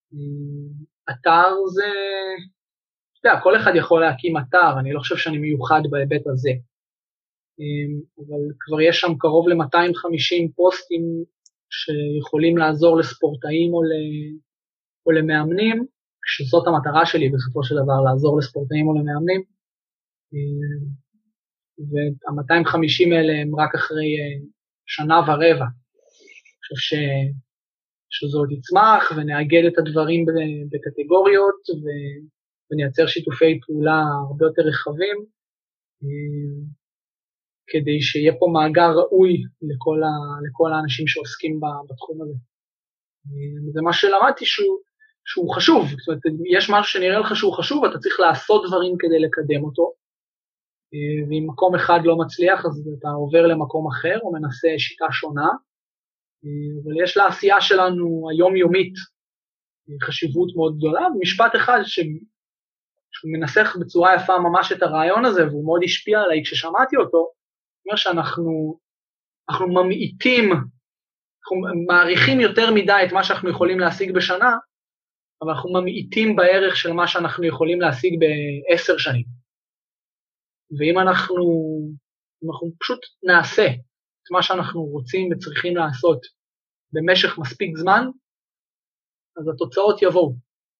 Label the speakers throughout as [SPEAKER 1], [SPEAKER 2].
[SPEAKER 1] אתר זה, אתה יודע, כל אחד יכול להקים אתר, אני לא חושב שאני מיוחד בהיבט הזה. אבל כבר יש שם קרוב ל-250 פוסטים שיכולים לעזור לספורטאים או למאמנים, שזאת המטרה שלי בסופו של דבר, לעזור לספורטאים או למאמנים. וה-250 האלה הם רק אחרי שנה ורבע. אני חושב שזה עוד יצמח, ונאגד את הדברים בקטגוריות, ונייצר שיתופי פעולה הרבה יותר רחבים, כדי שיהיה פה מאגר ראוי לכל האנשים שעוסקים בתחום הזה. זה מה שלמדתי שהוא חשוב, זאת אומרת, יש משהו שנראה לך שהוא חשוב, אתה צריך לעשות דברים כדי לקדם אותו, ואם מקום אחד לא מצליח, אז אתה עובר למקום אחר, או מנסה שיטה שונה, אבל יש לעשייה שלנו היומיומית חשיבות מאוד גדולה, ומשפט אחד שהוא מנסח בצורה יפה ממש את הרעיון הזה, והוא מאוד השפיע עליי כששמעתי אותו, אומר שאנחנו ממעיטים, אנחנו מעריכים יותר מדי את מה שאנחנו יכולים להשיג בשנה, אבל אנחנו ממעיטים בערך של מה שאנחנו יכולים להשיג ב10 שנים. ואם אנחנו פשוט נעשה את מה שאנחנו רוצים וצריכים לעשות במשך מספיק זמן, אז התוצאות יבואו.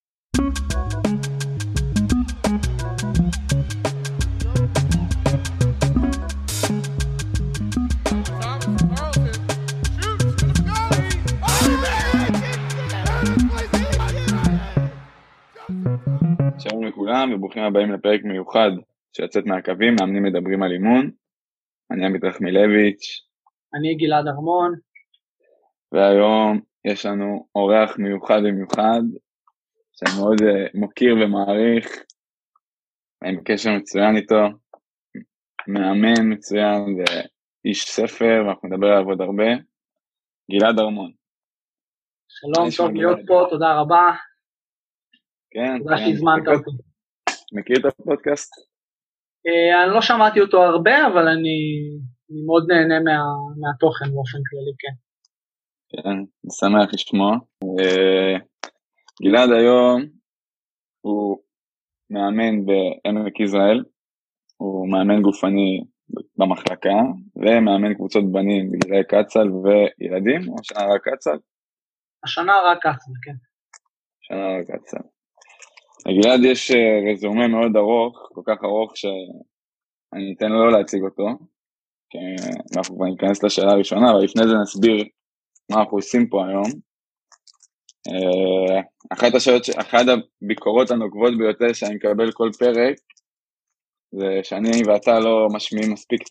[SPEAKER 2] שלום לכולם וברוכים הבאים לפרק מיוחד שיוצאת מהקווים, מאמנים מדברים על אימון. אני עמית רחמילביץ'.
[SPEAKER 1] אני גלעד ארמון.
[SPEAKER 2] והיום יש לנו אורח מיוחד במיוחד, שאני מאוד מוקיר ומעריך, אני בקשר מצוין איתו, מאמן מצוין ואיש ספר, ואנחנו נדבר עליו עוד הרבה. גלעד ארמון.
[SPEAKER 1] שלום, טוב להיות פה, תודה רבה.
[SPEAKER 2] כן,
[SPEAKER 1] תודה שהזמנת אותי.
[SPEAKER 2] מכיר את הפודקאסט?
[SPEAKER 1] אני לא שמעתי אותו הרבה, אבל אני מאוד נהנה מהתוכן באופן כללי, כן.
[SPEAKER 2] כן, אני שמח לשמוע. גלעד היום הוא מאמן בעמק יזרעאל, הוא מאמן גופני במחלקה, ומאמן קבוצות בנים בגילאי קצ"ל וילדים, או השנה רק קצ"ל?
[SPEAKER 1] השנה רק קצ"ל, כן.
[SPEAKER 2] השנה רק קצ"ל. לגלעד יש רזומה מאוד ארוך, כל כך ארוך שאני אתן לו להציג אותו, כי אנחנו כבר ניכנס לשאלה הראשונה, אבל לפני זה נסביר מה אנחנו עושים פה היום. אחת הביקורות הנוקבות ביותר שאני מקבל כל פרק, זה שאני ואתה לא משמיעים מספיק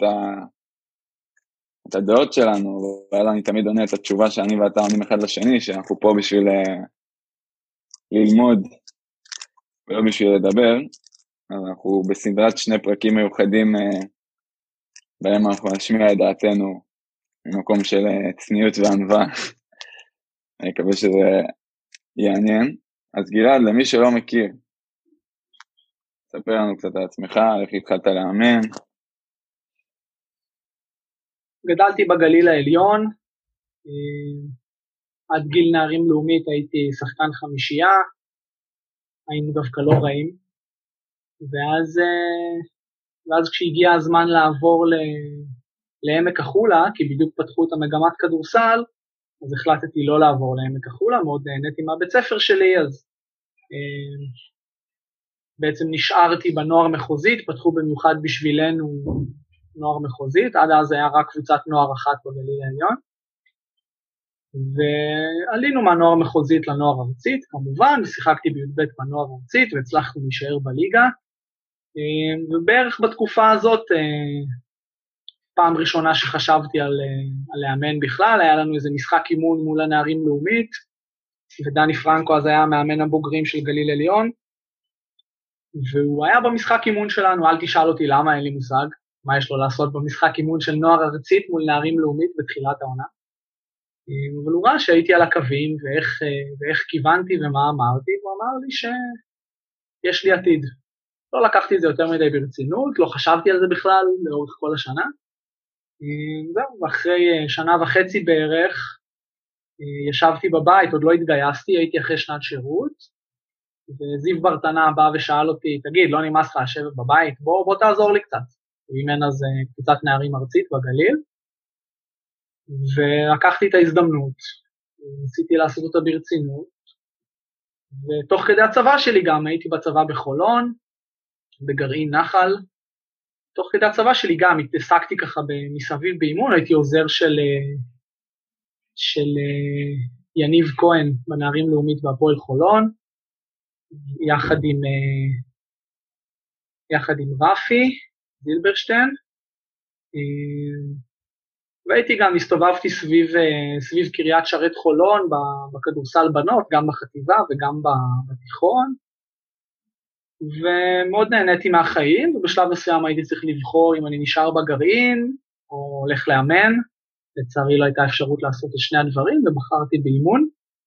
[SPEAKER 2] את הדעות שלנו, ואז אני תמיד עונה את התשובה שאני ואתה עונים אחד לשני, שאנחנו פה בשביל ללמוד, ולא בשביל לדבר. אז אנחנו בסדרת 2 פרקים מיוחדים, בהם אנחנו נשמיע את דעתנו ממקום של צניעות וענווה. אני מקווה שזה יעניין. אז גלעד, למי שלא מכיר, ספר לנו קצת על עצמך, איך התחלת לאמן.
[SPEAKER 1] גדלתי בגליל העליון, עד גיל נערים לאומית הייתי שחקן חמישייה, היינו דווקא לא רעים, ואז כשהגיע הזמן לעבור לעמק החולה, כי בדיוק פתחו את המגמת כדורסל, אז החלטתי לא לעבור לעמק החולה, מאוד נהניתי מהבית ספר שלי, אז בעצם נשארתי בנוער מחוזית, פתחו במיוחד בשבילנו נוער מחוזית, עד אז היה רק קבוצת נוער אחת בגליל העליון, ועלינו מהנוער מחוזית לנוער ארצית, כמובן, ושיחקתי בי"ב בנוער ארצית, והצלחנו להישאר בליגה, ובערך בתקופה הזאת, פעם ראשונה שחשבתי על לאמן בכלל, היה לנו איזה משחק אימון מול הנערים לאומית, ודני פרנקו אז היה המאמן הבוגרים של גליל עליון, והוא היה במשחק אימון שלנו, אל תשאל אותי למה, אין לי מושג, מה יש לו לעשות במשחק אימון של נוער ארצית מול נערים לאומית בתחילת העונה, אבל הוא ראה שהייתי על הקווים, ואיך כיוונתי ומה אמרתי, והוא אמר לי שיש לי עתיד. לא לקחתי את זה יותר מדי ברצינות, לא חשבתי על זה בכלל לאורך כל השנה, זהו, ואחרי 1.5 שנה בערך, ישבתי בבית, עוד לא התגייסתי, הייתי אחרי שנת שירות, וזיו ברטנה בא ושאל אותי, תגיד, לא נמאס לך לשבת בבית? בוא תעזור לי קצת. ואימן אז קבוצת נערים ארצית בגליל, ולקחתי את ההזדמנות, ניסיתי לעשות אותה ברצינות, ותוך כדי הצבא שלי גם הייתי בצבא בחולון, בגרעין נחל, תוך כדי הצבא שלי גם התעסקתי ככה מסביב באימון, הייתי עוזר של יניב כהן בנערים לאומית בהפועל חולון, יחד עם רפי זילברשטיין, והייתי גם, הסתובבתי סביב קריית שרת חולון בכדורסל בנות, גם בחטיבה וגם בתיכון, ומאוד נהניתי מהחיים, ובשלב מסוים הייתי צריך לבחור אם אני נשאר בגרעין, או הולך לאמן, לצערי לא הייתה אפשרות לעשות את שני הדברים, ובחרתי באימון.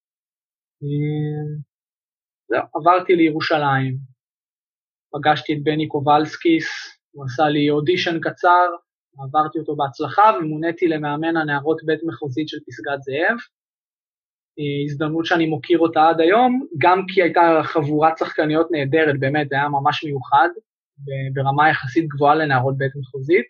[SPEAKER 1] זהו, עברתי לירושלים, פגשתי את בני קובלסקיס, הוא עשה לי אודישן קצר, עברתי אותו בהצלחה, ומוניתי למאמן הנערות בית מחוזית של פסגת זאב, הזדמנות שאני מוקיר אותה עד היום, גם כי הייתה חבורת שחקניות נהדרת, באמת, זה היה ממש מיוחד, ברמה יחסית גבוהה לנערות בית מחוזית,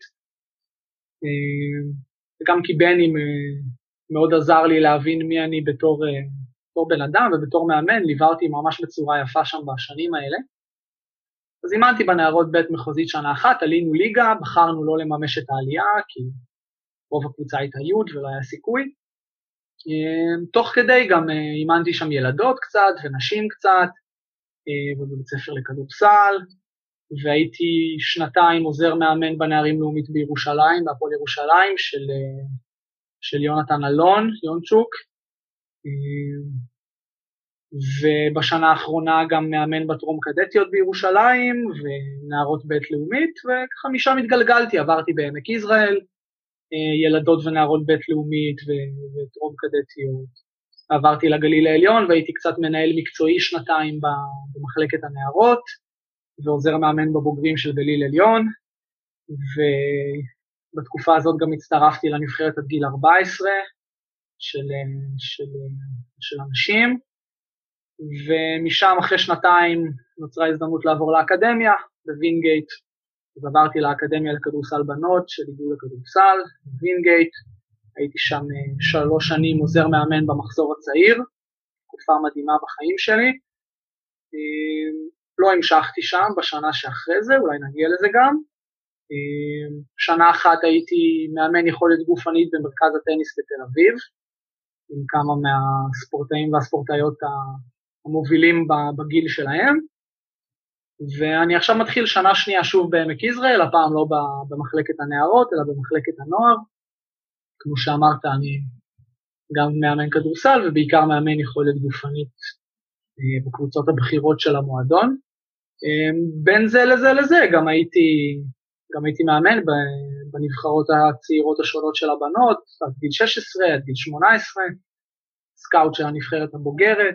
[SPEAKER 1] וגם כי בני מאוד עזר לי להבין מי אני בתור בן אדם, ובתור מאמן, ליוורתי ממש בצורה יפה שם בשנים האלה, אז אימנתי בנערות בית מחוזית שנה אחת, עלינו ליגה, בחרנו לא לממש את העלייה, כי רוב הקבוצה הייתה יוד ולא היה סיכוי, תוך כדי גם אימנתי שם ילדות קצת ונשים קצת, ובבית ספר לכדורסל, והייתי שנתיים עוזר מאמן בנערים לאומית בירושלים, בהפועל ירושלים, של יונתן אלון, יונצ'וק, ובשנה האחרונה גם מאמן בטרום קדטיות בירושלים, ונערות בית לאומית, וככה משם התגלגלתי, עברתי בעמק יזרעאל, ילדות ונערות בית לאומית וטרום קדטיות, עברתי לגליל העליון, והייתי קצת מנהל מקצועי שנתיים במחלקת הנערות, ועוזר מאמן בבוגרים של גליל עליון, ובתקופה הזאת גם הצטרפתי לנבחרת עד גיל 14, של אנשים, ומשם אחרי שנתיים נוצרה הזדמנות לעבור לאקדמיה, בווינגייט, אז עברתי לאקדמיה לכדורסל בנות, של איגוד הכדורסל, בווינגייט, הייתי שם 3 שנים עוזר מאמן במחזור הצעיר, תקופה מדהימה בחיים שלי, לא המשכתי שם בשנה שאחרי זה, אולי נגיע לזה גם, שנה אחת הייתי מאמן יכולת גופנית במרכז הטניס בתל אביב, עם כמה מהספורטאים והספורטאיות המובילים בגיל שלהם, ואני עכשיו מתחיל שנה שנייה שוב בעמק יזרעאל, הפעם לא במחלקת הנערות, אלא במחלקת הנוער, כמו שאמרת, אני גם מאמן כדורסל, ובעיקר מאמן יכולת גופנית בקבוצות הבחירות של המועדון. בין זה לזה, גם הייתי מאמן בנבחרות הצעירות השונות של הבנות, עד גיל 16, עד גיל 18, סקאוט של הנבחרת הבוגרת.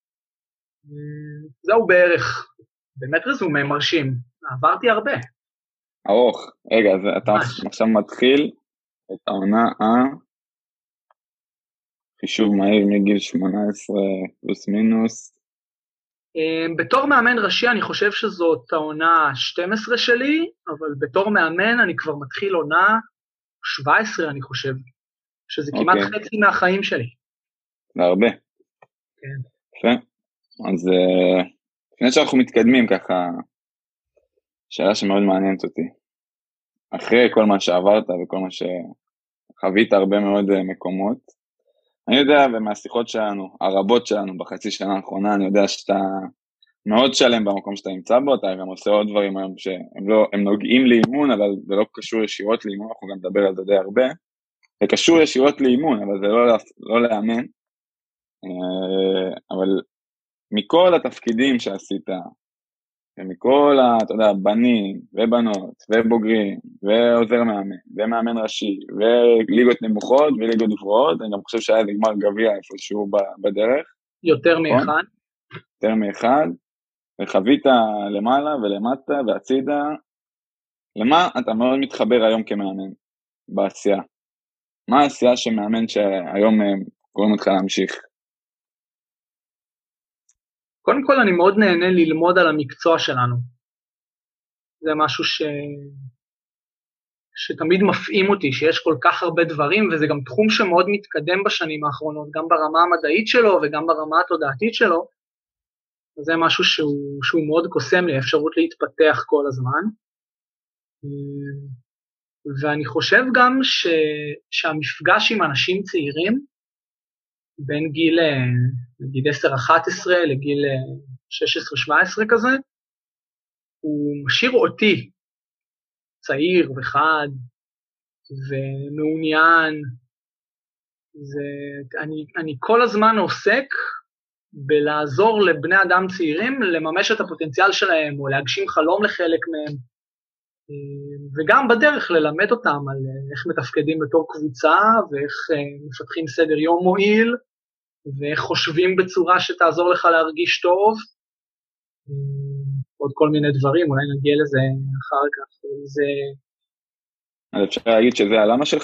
[SPEAKER 1] זהו בערך, באמת רזומה מרשים, עברתי הרבה.
[SPEAKER 2] ארוך, רגע, אז אתה עכשיו מתחיל את העונה חישוב מהיר מגיל 18 פלוס מינוס.
[SPEAKER 1] בתור מאמן ראשי אני חושב שזאת העונה 12 שלי, אבל בתור מאמן אני כבר מתחיל עונה 17 אני חושב, שזה כמעט חצי מהחיים שלי.
[SPEAKER 2] זה הרבה.
[SPEAKER 1] כן.
[SPEAKER 2] יפה. אז לפני שאנחנו מתקדמים ככה, שאלה שמאוד מעניינת אותי. אחרי כל מה שעברת וכל מה שחווית הרבה מאוד מקומות, אני יודע, ומהשיחות שלנו, הרבות שלנו בחצי שנה האחרונה, אני יודע שאתה מאוד שלם במקום שאתה נמצא בו, אתה גם עושה עוד דברים היום שהם נוגעים לאימון, אבל זה לא קשור ישירות לאימון, אנחנו גם נדבר על זה די הרבה, זה קשור ישירות לאימון, אבל זה לא לאמן, אבל מכל התפקידים שעשית, ומכל, אתה יודע, בנים ובנות ובוגרים ועוזר מאמן ומאמן ראשי וליגות נמוכות וליגות גבוהות, אני גם חושב שהיה זה גמר גביע איפשהו בדרך.
[SPEAKER 1] יותר מאחד.
[SPEAKER 2] יותר מאחד, וחווית למעלה ולמטה והצידה. למה אתה מאוד מתחבר היום כמאמן בעשייה? מה העשייה שמאמן שהיום גורם אותך להמשיך?
[SPEAKER 1] קודם כל אני מאוד נהנה ללמוד על המקצוע שלנו. זה משהו שתמיד מפעים אותי, שיש כל כך הרבה דברים, וזה גם תחום שמאוד מתקדם בשנים האחרונות, גם ברמה המדעית שלו וגם ברמה התודעתית שלו. זה משהו שהוא מאוד קוסם לי, האפשרות להתפתח כל הזמן. ואני חושב גם שהמפגש עם אנשים צעירים, בין גיל, נגיד 10-11 לגיל 16-17 כזה, הוא משאיר אותי צעיר וחד ומעוניין. אני כל הזמן עוסק בלעזור לבני אדם צעירים לממש את הפוטנציאל שלהם, או להגשים חלום לחלק מהם, וגם בדרך ללמד אותם על איך מתפקדים בתור קבוצה, ואיך מפתחים סדר יום מועיל, ואיך חושבים בצורה שתעזור לך להרגיש טוב, עוד כל מיני דברים, אולי נגיע לזה אחר כך.
[SPEAKER 2] אז אפשר להגיד שזה הלמה שלך?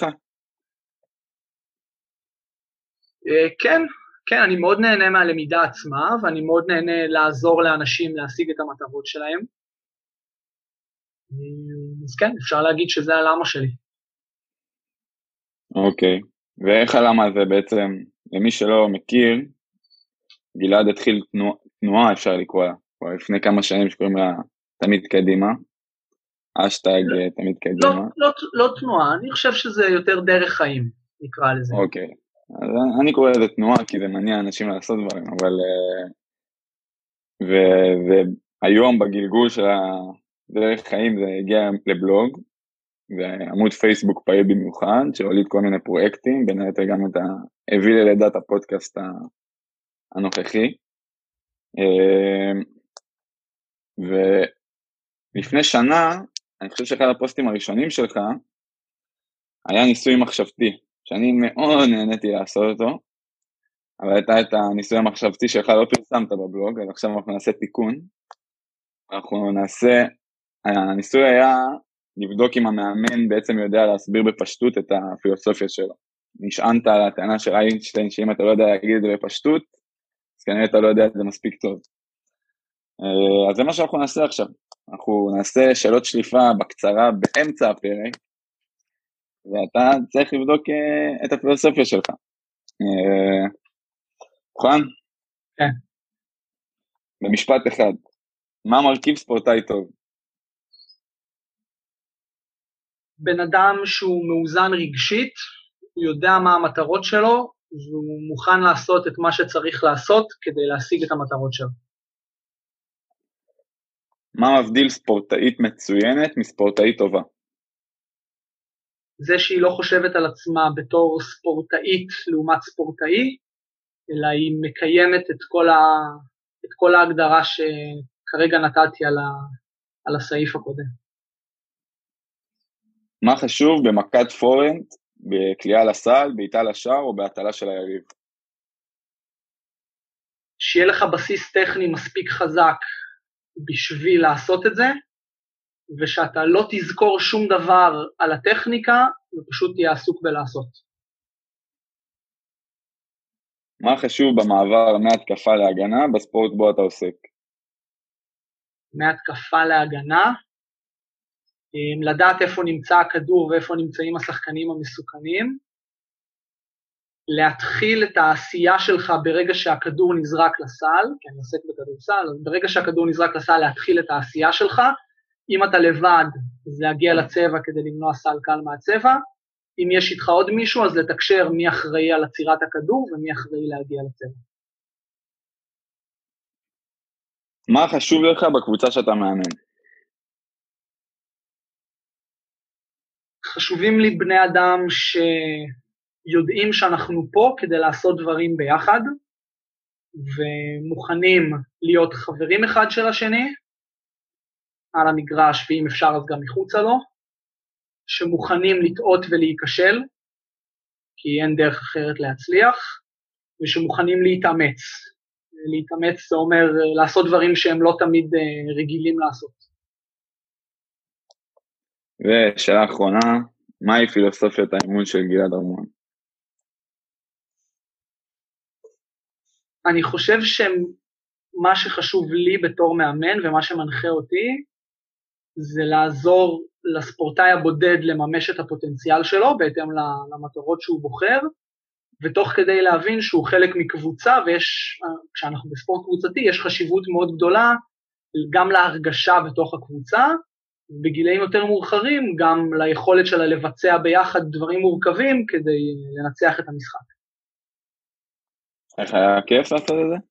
[SPEAKER 1] כן, כן, אני מאוד נהנה מהלמידה עצמה, ואני מאוד נהנה לעזור לאנשים להשיג את המטרות שלהם. אז כן, אפשר להגיד שזה הלמה שלי.
[SPEAKER 2] אוקיי, ואיך הלמה הזה בעצם, למי שלא מכיר, גלעד התחיל תנועה, אפשר לקרוא לה, לפני כמה שנים שקוראים לה תמיד קדימה, אשטג תמיד קדימה.
[SPEAKER 1] לא תנועה, אני חושב שזה יותר דרך חיים, נקרא לזה.
[SPEAKER 2] אוקיי, אז אני קורא לזה תנועה, כי זה מניע אנשים לעשות דברים, אבל... והיום בגלגול של הדרך חיים זה הגיע לבלוג, ועמוד פייסבוק פעיל במיוחד, שהוליד כל מיני פרויקטים, בין היתר גם הביא ללידת הפודקאסט הנוכחי. ולפני שנה, אני חושב שאחד הפוסטים הראשונים שלך, היה ניסוי מחשבתי, שאני מאוד נהניתי לעשות אותו, אבל את הניסוי המחשבתי שלך לא פרסמת בבלוג, אז עכשיו אנחנו נעשה תיקון. הניסוי היה לבדוק אם המאמן בעצם יודע להסביר בפשטות את הפילוסופיה שלו. נשענת על הטענה של איינשטיין, שאם אתה לא יודע להגיד את זה בפשטות, אז כנראה אתה לא יודע את זה מספיק טוב. אז זה מה שאנחנו נעשה עכשיו. אנחנו נעשה שאלות שליפה בקצרה באמצע הפרק, ואתה צריך לבדוק את הפילוסופיה שלך. מוכן?
[SPEAKER 1] כן.
[SPEAKER 2] במשפט אחד, מה מרכיב ספורטאי טוב?
[SPEAKER 1] בן אדם שהוא מאוזן רגשית, הוא יודע מה המטרות שלו, והוא מוכן לעשות את מה שצריך לעשות כדי להשיג את המטרות שלו.
[SPEAKER 2] מה מבדיל ספורטאית מצוינת מספורטאית טובה?
[SPEAKER 1] זה שהיא לא חושבת על עצמה בתור ספורטאית לעומת ספורטאי, אלא היא מקיימת את כל ההגדרה שכרגע נתתי על הסעיף הקודם.
[SPEAKER 2] מה חשוב במכת פורנט, בקליעה לסל, בעיטה לשער או בהטלה של היריב?
[SPEAKER 1] שיהיה לך בסיס טכני מספיק חזק בשביל לעשות את זה, ושאתה לא תזכור שום דבר על הטכניקה, ופשוט תהיה עסוק בלעשות.
[SPEAKER 2] מה חשוב במעבר מהתקפה להגנה בספורט בו אתה עוסק?
[SPEAKER 1] מהתקפה להגנה, לדעת איפה נמצא הכדור ואיפה נמצאים השחקנים המסוכנים, להתחיל את העשייה שלך ברגע שהכדור נזרק לסל, כי אני עוסק בכדורסל, אז ברגע שהכדור נזרק לסל להתחיל את העשייה שלך, אם אתה לבד, אז להגיע לצבע כדי למנוע סל קל מהצבע, אם יש איתך עוד מישהו, אז לתקשר מי אחראי על עצירת הכדור ומי אחראי להגיע לצבע.
[SPEAKER 2] מה חשוב לך בקבוצה שאתה מאמן?
[SPEAKER 1] חשובים לי בני אדם שיודעים שאנחנו פה כדי לעשות דברים ביחד, ומוכנים להיות חברים אחד של השני, על המגרש, ואם אפשר אז גם מחוצה לו, שמוכנים לטעות ולהיכשל, כי אין דרך אחרת להצליח, ושמוכנים להתאמץ. להתאמץ זה אומר לעשות דברים שהם לא תמיד רגילים לעשות.
[SPEAKER 2] ושאלה אחרונה, מהי פילוסופיית האימון של גלעד ארמון?
[SPEAKER 1] אני חושב שמה שחשוב לי בתור מאמן ומה שמנחה אותי, זה לעזור לספורטאי הבודד לממש את הפוטנציאל שלו, בהתאם למטרות שהוא בוחר, ותוך כדי להבין שהוא חלק מקבוצה, כשאנחנו בספורט קבוצתי, יש חשיבות מאוד גדולה, גם להרגשה בתוך הקבוצה, בגילאים יותר מאוחרים, גם ליכולת שלה לבצע ביחד דברים מורכבים, כדי לנצח את המשחק.
[SPEAKER 2] איך היה כיף לעשות את זה?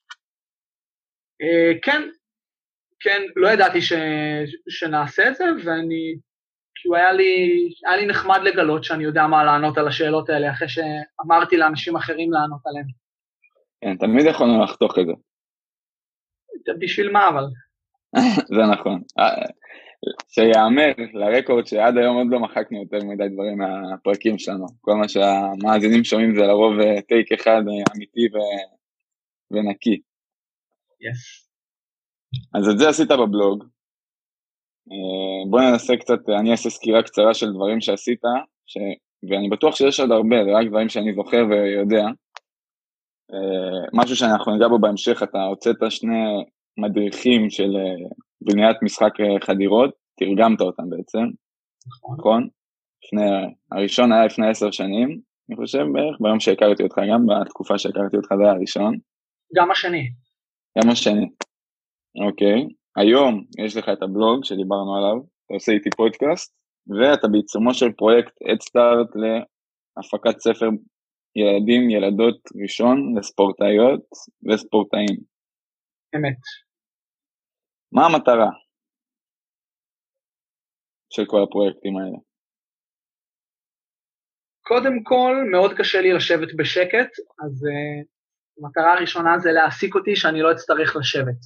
[SPEAKER 1] כן, לא ידעתי שנעשה את זה, כי היה לי נחמד לגלות שאני יודע מה לענות על השאלות האלה, אחרי שאמרתי לאנשים אחרים לענות עליהם.
[SPEAKER 2] כן, תמיד יכולנו לחתוך את זה.
[SPEAKER 1] בשביל מה אבל?
[SPEAKER 2] זה נכון. שיאמר לרקורד שעד היום עוד לא מחקנו יותר מדי דברים מהפרקים שלנו. כל מה שהמאזינים שומעים זה לרוב טייק אחד אמיתי ונקי.
[SPEAKER 1] Yes.
[SPEAKER 2] אז את זה עשית בבלוג. בוא ננסה קצת, אני אעשה סקירה קצרה של דברים שעשית, ואני בטוח שיש עוד הרבה, זה רק דברים שאני זוכר ויודע. משהו שאנחנו ניגע בו בהמשך, אתה הוצאת שני מדריכים של בניית משחק חדירות, תרגמת אותם בעצם, נכון? הראשון היה לפני 10 שנים, אני חושב בערך, ביום שהכרתי אותך, גם בתקופה שהכרתי אותך זה הראשון.
[SPEAKER 1] גם השני.
[SPEAKER 2] גם השני, אוקיי. היום יש לך את הבלוג שדיברנו עליו, אתה עושה איתי פודקאסט, ואתה בעיצומו של פרויקט אדסטארט להפקת ספר ילדים, ילדות ראשון, לספורטאיות וספורטאים.
[SPEAKER 1] אמת.
[SPEAKER 2] מה המטרה של כל הפרויקטים האלה?
[SPEAKER 1] קודם כל, מאוד קשה לי לשבת בשקט, אז המטרה הראשונה זה להעסיק אותי שאני לא אצטרך לשבת.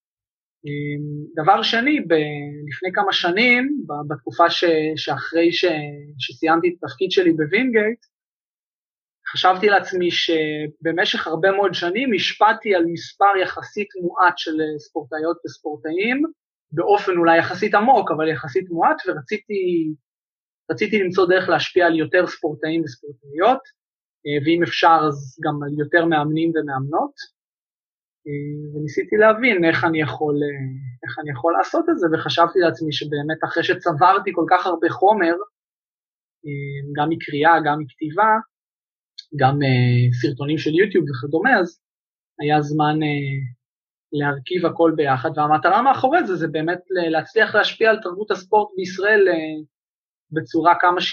[SPEAKER 1] דבר שני, לפני כמה שנים, בתקופה שאחרי שסיימתי את התפקיד שלי בווינגייט, חשבתי לעצמי שבמשך הרבה מאוד שנים השפעתי על מספר יחסית מועט של ספורטאיות וספורטאים, באופן אולי יחסית עמוק, אבל יחסית מועט, ורציתי למצוא דרך להשפיע על יותר ספורטאים וספורטאיות, ואם אפשר אז גם על יותר מאמנים ומאמנות, וניסיתי להבין איך אני יכול לעשות את זה, וחשבתי לעצמי שבאמת אחרי שצברתי כל כך הרבה חומר, גם מקריאה, גם מכתיבה, גם סרטונים של יוטיוב וכדומה, אז היה זמן להרכיב הכל ביחד, והמטרה מאחורי זה באמת להצליח להשפיע על תרבות הספורט בישראל בצורה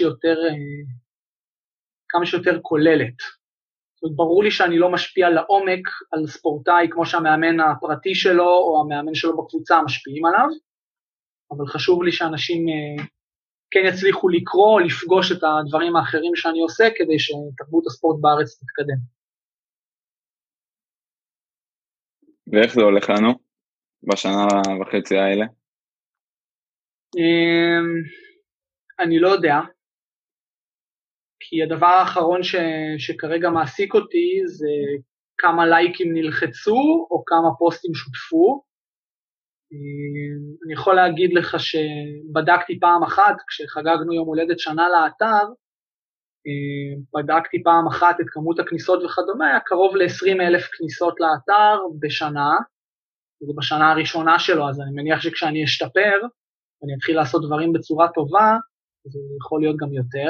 [SPEAKER 1] כמה שיותר כוללת. זאת אומרת, ברור לי שאני לא משפיע לעומק על ספורטאי כמו שהמאמן הפרטי שלו או המאמן שלו בקבוצה משפיעים עליו, אבל חשוב לי שאנשים כן יצליחו לקרוא או לפגוש את הדברים האחרים שאני עושה כדי שתרבות הספורט בארץ תתקדם.
[SPEAKER 2] ואיך זה הולך לנו בשנה וחצי האלה?
[SPEAKER 1] אני לא יודע. כי הדבר האחרון שכרגע מעסיק אותי זה כמה לייקים נלחצו או כמה פוסטים שותפו. אני יכול להגיד לך שבדקתי פעם אחת, כשחגגנו יום הולדת שנה לאתר, בדקתי פעם אחת את כמות הכניסות וכדומה, היה קרוב ל-20,000 כניסות לאתר בשנה, זה בשנה הראשונה שלו, אז אני מניח שכשאני אשתפר, ואני אתחיל לעשות דברים בצורה טובה, זה יכול להיות גם יותר.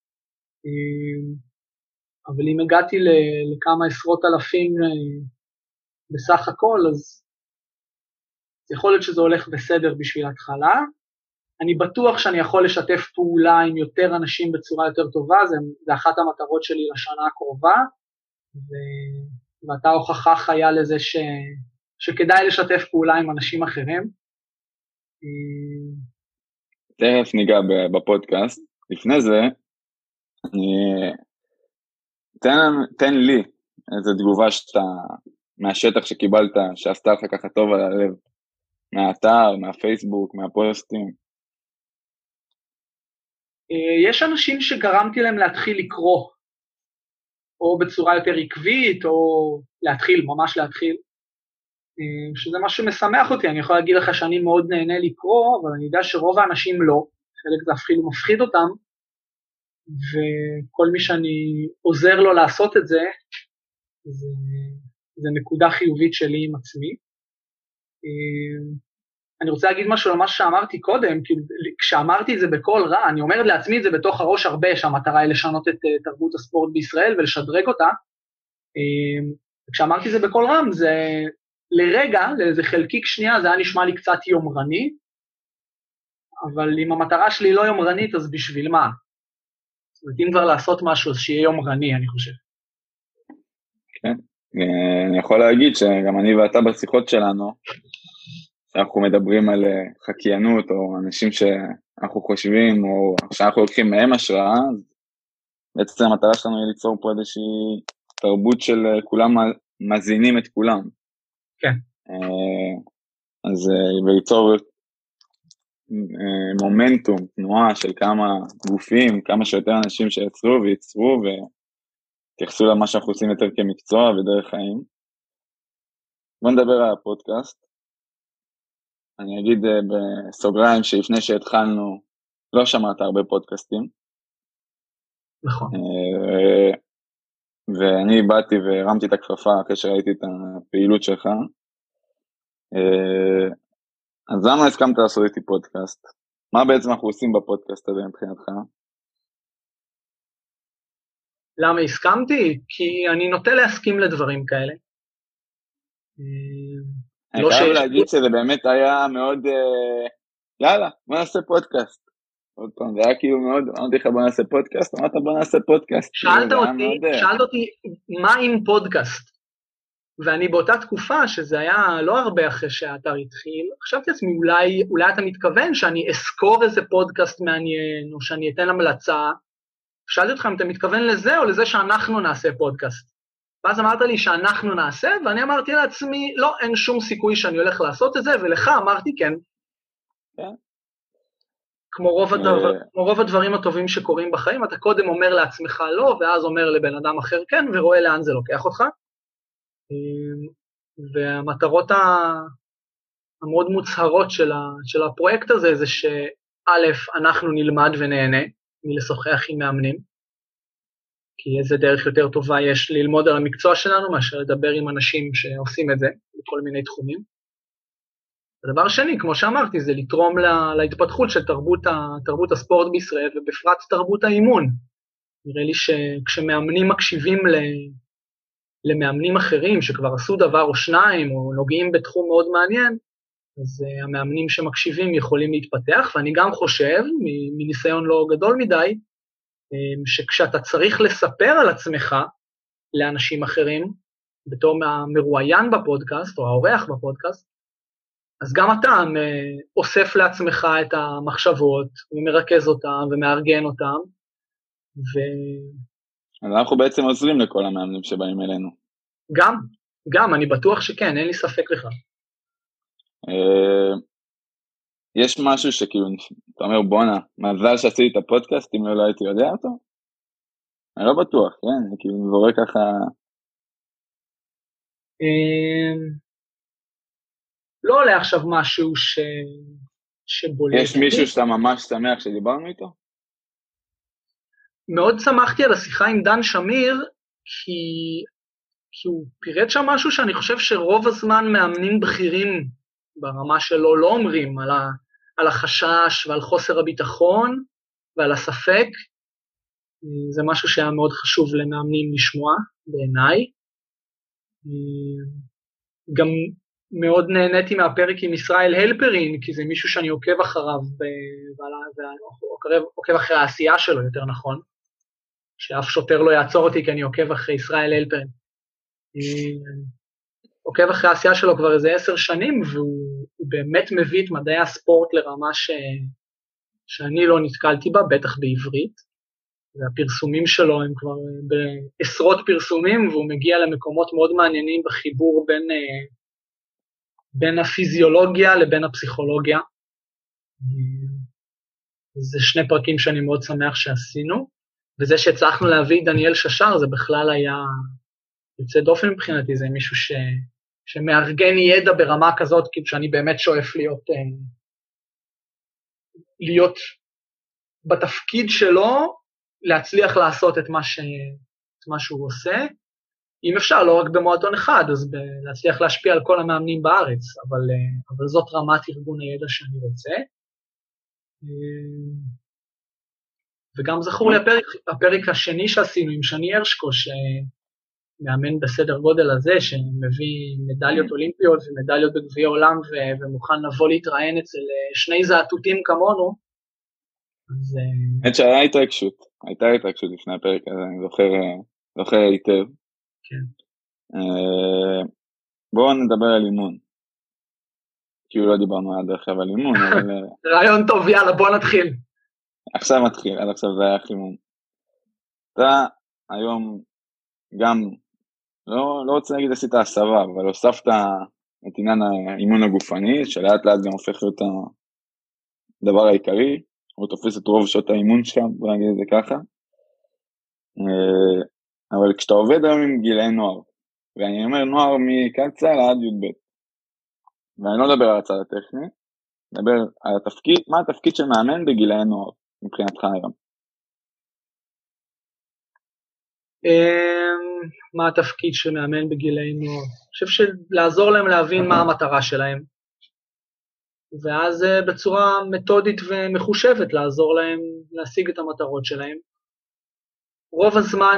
[SPEAKER 1] אבל אם הגעתי לכמה עשרות אלפים בסך הכל, אז יכול להיות שזה הולך בסדר בשביל התחלה. אני בטוח שאני יכול לשתף פעולה עם יותר אנשים בצורה יותר טובה, זה אחת המטרות שלי לשנה הקרובה, ואתה הוכחה חיה לזה שכדאי לשתף פעולה עם אנשים אחרים.
[SPEAKER 2] תכף ניגע בפודקאסט. לפני זה, תן לי איזו תגובה מהשטח שקיבלת, שעשתה לך ככה טוב על הלב, מהאתר, מהפייסבוק, מהפוסטים.
[SPEAKER 1] יש אנשים שגרמתי להם להתחיל לקרוא, או בצורה יותר עקבית, או ממש להתחיל, שזה משהו משמח אותי. אני יכול להגיד לך שאני מאוד נהנה לקרוא, אבל אני יודע שרוב האנשים לא, חלק זה אפילו מפחיד אותם, וכל מי שאני עוזר לו לעשות את זה, זה נקודה חיובית שלי עם עצמי. אני רוצה להגיד משהו על מה שאמרתי קודם, כי כשאמרתי את זה בקול רע, אני אומר לעצמי את זה בתוך הראש הרבה, שהמטרה היא לשנות את תרבות הספורט בישראל ולשדרג אותה. כשאמרתי את זה בקול רם, זה לרגע, לאיזה חלקיק שנייה, זה היה נשמע לי קצת יומרני, אבל אם המטרה שלי לא יומרנית, אז בשביל מה? זאת אומרת, אם כבר לעשות משהו, אז שיהיה יומרני, אני חושב.
[SPEAKER 2] כן, אני יכול להגיד שגם אני ואתה בשיחות שלנו, שאנחנו מדברים על חקיינות, או אנשים שאנחנו חושבים, או שאנחנו לוקחים מהם השראה, בעצם המטרה שלנו היא ליצור פה איזושהי תרבות של כולם מזינים את כולם.
[SPEAKER 1] כן.
[SPEAKER 2] אז וליצור מומנטום, תנועה של כמה גופים, כמה שיותר אנשים שיצרו וייצרו ותייחסו למה שאנחנו עושים יותר כמקצוע ודרך חיים. בוא נדבר על הפודקאסט. אני אגיד בסוגריים שלפני שהתחלנו לא שמעת הרבה פודקאסטים.
[SPEAKER 1] נכון.
[SPEAKER 2] ואני באתי והרמתי את הכפפה אחרי שראיתי את הפעילות שלך. אז למה הסכמת לעשות איתי פודקאסט? מה בעצם אנחנו עושים בפודקאסט הזה מבחינתך?
[SPEAKER 1] למה הסכמתי? כי אני נוטה להסכים לדברים כאלה.
[SPEAKER 2] אני חייב להגיד שזה באמת היה מאוד, יאללה, בוא נעשה פודקאסט. עוד פעם, זה היה כאילו מאוד, אמרתי לך בוא נעשה פודקאסט, אמרת בוא נעשה פודקאסט.
[SPEAKER 1] שאלת אותי, מה עם פודקאסט? ואני באותה תקופה, שזה היה לא הרבה אחרי שהאתר התחיל, חשבתי לעצמי, אולי אתה מתכוון שאני אזכור איזה פודקאסט מעניין, או שאני אתן המלצה, שאלתי אותך אם אתה מתכוון לזה, או לזה שאנחנו נעשה פודקאסט. ואז אמרת לי שאנחנו נעשה, ואני אמרתי לעצמי, לא, אין שום סיכוי שאני הולך לעשות את זה, ולך אמרתי כן. כמו רוב הדברים הטובים שקורים בחיים, אתה קודם אומר לעצמך לא, ואז אומר לבן אדם אחר כן, ורואה לאן זה לוקח אותך. והמטרות המאוד מוצהרות של הפרויקט הזה, זה שא', אנחנו נלמד ונהנה מלשוחח עם מאמנים, כי איזה דרך יותר טובה יש ללמוד על המקצוע שלנו, מאשר לדבר עם אנשים שעושים את זה, בכל מיני תחומים. הדבר שני, כמו שאמרתי, זה לתרום להתפתחות של תרבות הספורט בישראל, ובפרט תרבות האימון. נראה לי שכשמאמנים מקשיבים למאמנים אחרים, שכבר עשו דבר או שניים, או נוגעים בתחום מאוד מעניין, אז המאמנים שמקשיבים יכולים להתפתח, ואני גם חושב, מניסיון לא גדול מדי, שכשאתה צריך לספר על עצמך לאנשים אחרים, בתור המרואיין בפודקאסט, או האורח בפודקאסט, אז גם אתה אוסף לעצמך את המחשבות, ומרכז אותם, ומארגן אותם,
[SPEAKER 2] אז אנחנו בעצם עוזרים לכל המאמנים שבאים אלינו.
[SPEAKER 1] גם, אני בטוח שכן, אין לי ספק לך.
[SPEAKER 2] יש משהו שכאילו, אתה אומר, בונה, מזל שעשיתי את הפודקאסט, אם לא הייתי יודע אותו? אני לא בטוח, כן? זה כאילו מבורא ככה...
[SPEAKER 1] לא עולה עכשיו משהו שבולט.
[SPEAKER 2] יש מישהו שאתה ממש שמח שדיברנו איתו?
[SPEAKER 1] מאוד שמחתי על השיחה עם דן שמיר, כי הוא פירט שם משהו שאני חושב שרוב הזמן מאמנים בכירים ברמה שלו לא אומרים, על החשש ועל חוסר הביטחון ועל הספק. זה משהו שהיה מאוד חשוב למאמנים לשמוע בעיניי. גם מאוד נהניתי מהפרק עם ישראל הלפרין, כי זה מישהו שאני עוקב אחריו, ועוקב אחרי העשייה שלו יותר נכון, שאף שוטר לא יעצור אותי כי אני עוקב אחרי ישראל הלפרין. עוקב אחרי העשייה שלו כבר איזה 10 שנים, והוא באמת מביא את מדעי הספורט לרמה שאני לא נתקלתי בה, בטח בעברית, והפרסומים שלו הם כבר בעשרות פרסומים, והוא מגיע למקומות מאוד מעניינים בחיבור בין הפיזיולוגיה לבין הפסיכולוגיה. זה 2 פרקים שאני מאוד שמח שעשינו, וזה שהצלחנו להביא דניאל ששר, זה בכלל היה יוצא דופן מבחינתי, זה מישהו שמארגן ידע ברמה כזאת, כאילו שאני באמת שואף להיות בתפקיד שלו, להצליח לעשות את מה שהוא עושה. אם אפשר, לא רק במועדון אחד, אז להצליח להשפיע על כל המאמנים בארץ, אבל זאת רמת ארגון הידע שאני רוצה. וגם זכור לי הפרק השני שעשינו עם שני הרשקו, שמאמן בסדר גודל הזה, שמביא מדליות אולימפיות ומדליות בגביע עולם, ומוכן לבוא להתראיין אצל שני זעתותים כמונו.
[SPEAKER 2] האמת שהייתה התרגשות לפני הפרק הזה, אני זוכר היטב.
[SPEAKER 1] כן.
[SPEAKER 2] בואו נדבר על אימון. כאילו לא דיברנו עד עכשיו על אימון, אבל...
[SPEAKER 1] רעיון טוב, יאללה, בוא נתחיל.
[SPEAKER 2] עכשיו מתחיל, עד עכשיו זה היה חימום. אתה היום גם, לא רוצה להגיד עשית הסבה, אבל הוספת את עניין האימון הגופני, שלאט לאט גם הופך להיות הדבר העיקרי, הוא תופס את רוב שעות האימון שם, בוא נגיד את זה ככה. אבל כשאתה עובד היום עם גילאי נוער, ואני אומר נוער מקצה עד י"ב, ואני לא מדבר על הצד הטכני, מדבר על התפקיד, מה התפקיד של מאמן בגילאי נוער, מבחינתך היום?
[SPEAKER 1] מה התפקיד של מאמן בגילאי נוער? אני חושב שלעזור להם להבין מה המטרה שלהם, ואז בצורה מתודית ומחושבת לעזור להם להשיג את המטרות שלהם. רוב הזמן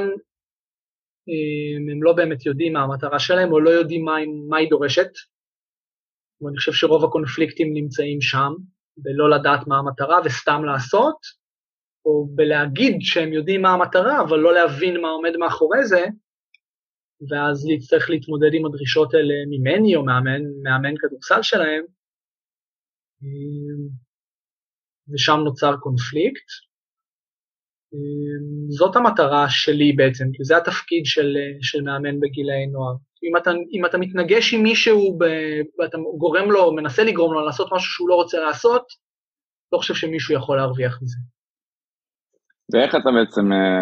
[SPEAKER 1] הם לא באמת יודעים מה המטרה שלהם, או לא יודעים מה היא דורשת, ואני חושב שרוב הקונפליקטים נמצאים שם, בלא לדעת מה המטרה וסתם לעשות, או בלהגיד שהם יודעים מה המטרה, אבל לא להבין מה עומד מאחורי זה, ואז להצטרך להתמודד עם הדרישות האלה ממני או מאמן כדורסל שלהם, ושם נוצר קונפליקט. זאת המטרה שלי בעצם, כי זה התפקיד של מאמן בגילאי נוער. אם אתה מתנגש עם מישהו, ואתה גורם לו, מנסה לגרום לו לעשות משהו שהוא לא רוצה לעשות, לא חושב שמישהו יכול להרוויח מזה.
[SPEAKER 2] ואיך אתה בעצם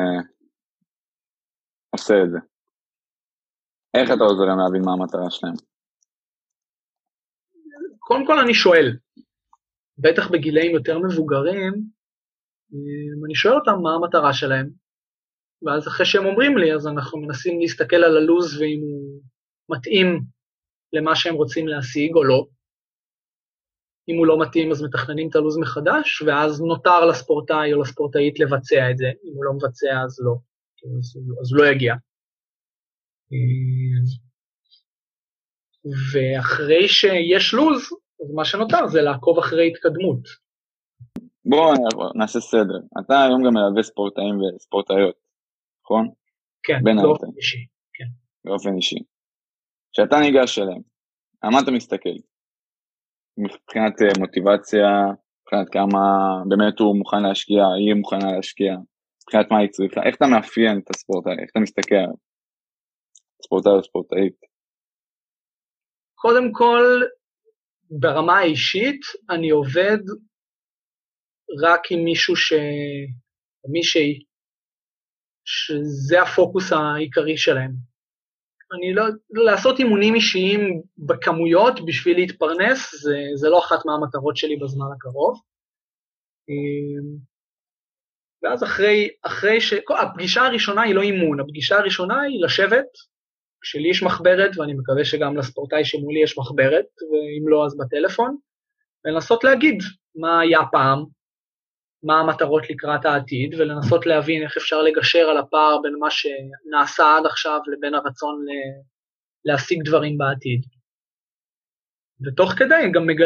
[SPEAKER 2] עושה את זה? איך אתה עוזר להם להבין מה המטרה שלהם?
[SPEAKER 1] קודם כל אני שואל, בטח בגילאים יותר מבוגרים, אני שואל אותם מה המטרה שלהם, ואז אחרי שהם אומרים לי, אז אנחנו מנסים להסתכל על הלוז, ואם הוא מתאים למה שהם רוצים להשיג או לא. אם הוא לא מתאים, אז מתכננים את הלוז מחדש, ואז נותר לספורטאי או לספורטאית לבצע את זה. אם הוא לא מבצע, אז לא. אז הוא לא יגיע. ואחרי שיש לוז, אז מה שנותר זה לעקוב אחרי התקדמות.
[SPEAKER 2] בואו נעשה סדר. אתה היום גם מלווה ספורטאים וספורטאיות, נכון?
[SPEAKER 1] כן, באופן אישי. כן.
[SPEAKER 2] באופן אישי. כשאתה ניגש אליהם, על מה אתה מסתכל? מבחינת מוטיבציה, מבחינת כמה באמת הוא מוכן להשקיע, היא מוכנה להשקיע, מבחינת מה היא צריכה, איך אתה מאפיין את הספורטאי, איך אתה מסתכל על ספורטאי או ספורטאית?
[SPEAKER 1] קודם כל, ברמה האישית, אני עובד רק עם מישהו מישהי, שזה הפוקוס העיקרי שלהם. אני לא, לעשות אימונים אישיים בכמויות בשביל להתפרנס, זה לא אחת מהמטרות שלי בזמן הקרוב. ואז הפגישה הראשונה היא לא אימון, הפגישה הראשונה היא לשבת, כשלי יש מחברת, ואני מקווה שגם לספורטאי שמולי יש מחברת, ואם לא אז בטלפון, ולנסות להגיד מה היה פעם, מה המטרות לקראת העתיד, ולנסות להבין איך אפשר לגשר על הפער בין מה שנעשה עד עכשיו לבין הרצון להשיג דברים בעתיד. ותוך כדי הם גם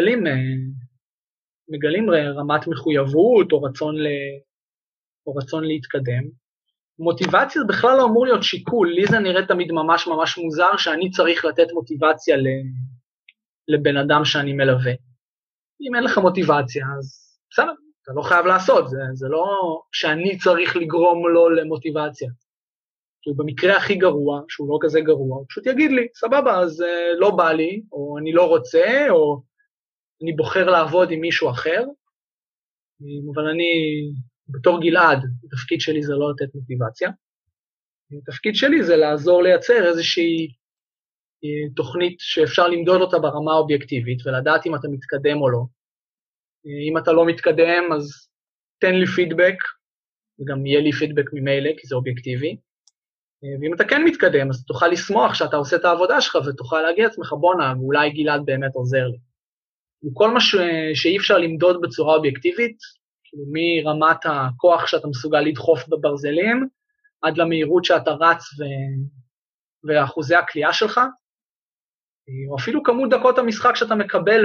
[SPEAKER 1] מגלים רמת מחויבות או רצון להתקדם. מוטיבציה זה בכלל לא אמור להיות שיקול, לי זה נראה תמיד ממש ממש מוזר שאני צריך לתת מוטיבציה לבן אדם שאני מלווה. אם אין לך מוטיבציה, אז בסדר. אתה לא חייב לעשות, זה לא שאני צריך לגרום לו למוטיבציה. כי במקרה הכי גרוע, שהוא לא כזה גרוע, הוא פשוט יגיד לי, סבבה, אז לא בא לי, או אני לא רוצה, או אני בוחר לעבוד עם מישהו אחר, אבל אני, בתור גלעד, התפקיד שלי זה לא לתת מוטיבציה. התפקיד שלי זה לעזור לייצר איזושהי תוכנית שאפשר למדוד אותה ברמה האובייקטיבית, ולדעת אם אתה מתקדם או לא. אם אתה לא מתקדם, אז תן לי פידבק, וגם יהיה לי פידבק ממילא, כי זה אובייקטיבי. ואם אתה כן מתקדם, אז תוכל לשמוח שאתה עושה את העבודה שלך, ותוכל להגיד לעצמך, בונה, ואולי גלעד באמת עוזר לי. וכל מה שאי אפשר למדוד בצורה אובייקטיבית, כאילו מרמת הכוח שאתה מסוגל לדחוף בברזלים, עד למהירות שאתה רץ ואחוזי הקליעה שלך, או אפילו כמות דקות המשחק שאתה מקבל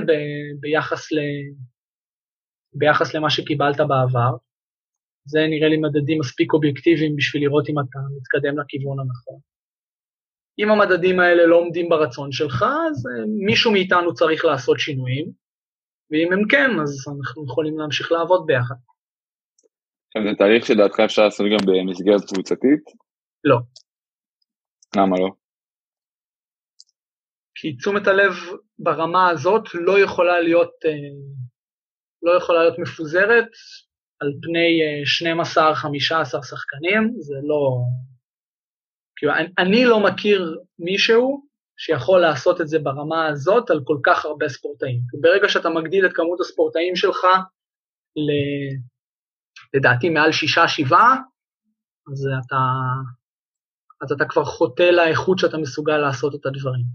[SPEAKER 1] ביחס למה שקיבלת בעבר. זה נראה לי מדדים מספיק אובייקטיביים בשביל לראות אם אתה מתקדם לכיוון הנכון. אם המדדים האלה לא עומדים ברצון שלך, אז מישהו מאיתנו צריך לעשות שינויים, ואם הם כן, אז אנחנו יכולים להמשיך לעבוד ביחד.
[SPEAKER 2] עכשיו, זה תהליך שדעתך אפשר לעשות גם במסגרת קבוצתית?
[SPEAKER 1] לא.
[SPEAKER 2] למה לא?
[SPEAKER 1] כי תשומת הלב ברמה הזאת לא יכולה להיות מפוזרת על פני 12-15 שחקנים, זה לא... כאילו, אני לא מכיר מישהו שיכול לעשות את זה ברמה הזאת על כל כך הרבה ספורטאים. ברגע שאתה מגדיל את כמות הספורטאים שלך לדעתי מעל 6-7, אז אתה כבר חוטא לאיכות שאתה מסוגל לעשות את הדברים.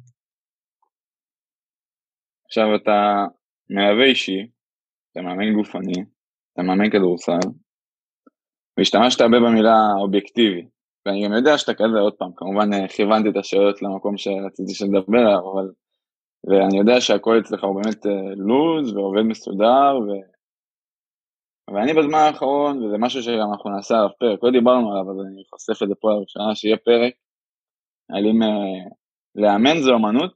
[SPEAKER 2] עכשיו אתה מלווה אישי, אתה מאמן גופני, אתה מאמן כדורסל, והשתמשת הרבה במילה אובייקטיבי, ואני גם יודע שאתה כזה עוד פעם, כמובן כיוונתי את השאלות למקום שרציתי שנדבר עליו, ואני יודע שהכל אצלך הוא באמת לוז ועובד מסודר, אבל אני בזמן האחרון, וזה משהו שגם אנחנו נעשה עליו פרק, לא דיברנו עליו, אז אני חושף את זה פה לראשונה, שיהיה פרק, אם לאמן זה אומנות.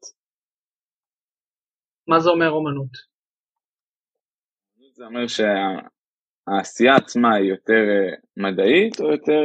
[SPEAKER 1] מה זה אומר אומנות?
[SPEAKER 2] זה אומר שהעשייה עצמה היא יותר מדעית, או יותר,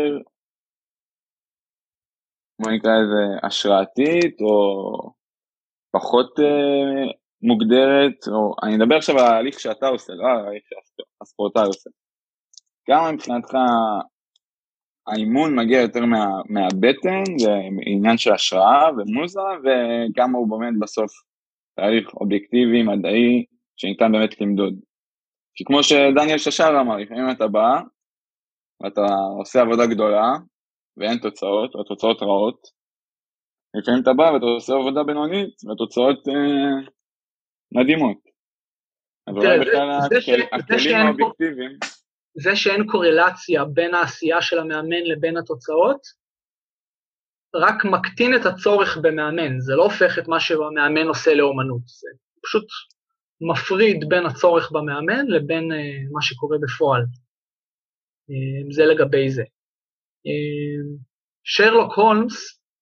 [SPEAKER 2] בוא נקרא לזה, השראתית, או פחות מוגדרת, או אני מדבר עכשיו על ההליך שאתה עושה, לא על ההליך שהספורטאי עושה. גם מבחינתך האימון מגיע יותר מהבטן, זה עניין של השראה ומוזה, וגם הוא באמת בסוף תהליך אובייקטיבי, מדעי, שניתן באמת למדוד. כי כמו שדניאל ששר אמר, לפעמים אתה בא, ואתה עושה עבודה גדולה, ואין תוצאות, או תוצאות רעות, לפעמים אתה בא ואתה עושה עבודה בינונית, והתוצאות מדהימות. אז אולי בכלל הכלים האובייקטיביים.
[SPEAKER 1] זה שאין קורלציה בין העשייה של המאמן לבין התוצאות, רק מקטין את הצורך במאמן, זה לא הופך את מה שהמאמן עושה לאומנות, זה פשוט מפריד בין הצורך במאמן לבין מה שקורה בפועל. זה לגבי זה. שרלוק הולמס,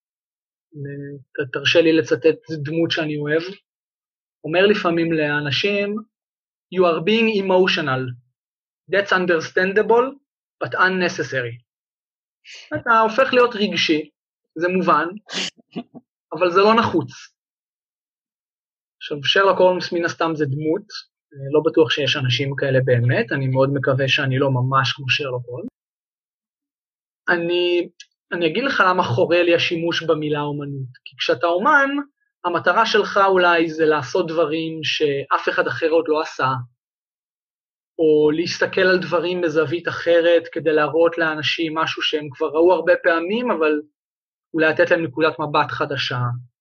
[SPEAKER 1] תרשה לי לצטט דמות שאני אוהב, אומר לפעמים לאנשים, you are being emotional, that's understandable, but unnecessary. אתה הופך להיות רגשי, זה מובן, אבל זה לא נחוץ. עכשיו, שרלוק הולמס מן הסתם זה דמות, לא בטוח שיש אנשים כאלה באמת, אני מאוד מקווה שאני לא ממש כמו שרלוק הולמס. אני אגיד לך למה חורה לי השימוש במילה אומנות, כי כשאתה אומן, המטרה שלך אולי זה לעשות דברים שאף אחד אחר עוד לא עשה, או להסתכל על דברים בזווית אחרת כדי להראות לאנשים משהו שהם כבר ראו הרבה פעמים, אבל אולי לתת להם נקודת מבט חדשה.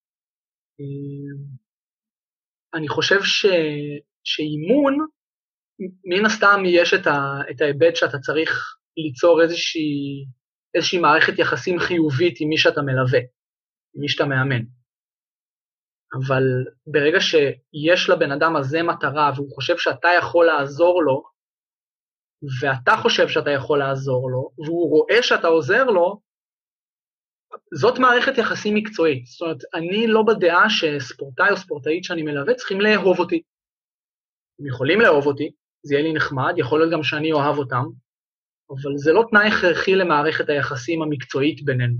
[SPEAKER 1] אני חושב שאימון, מן הסתם יש את ההיבט שאתה צריך ליצור איזושהי מערכת יחסים חיובית עם מי שאתה מלווה, עם מי שאתה מאמן. אבל ברגע שיש לבן אדם הזה מטרה, והוא חושב שאתה יכול לעזור לו, ואתה חושב שאתה יכול לעזור לו, והוא רואה שאתה עוזר לו, זאת מערכת יחסים מקצועית. זאת אומרת, אני לא בדעה שספורטאי או ספורטאית שאני מלווה צריכים לאהוב אותי. הם יכולים לאהוב אותי, זה יהיה לי נחמד, יכול להיות גם שאני אוהב אותם, אבל זה לא תנאי הכרחי למערכת היחסים המקצועית בינינו.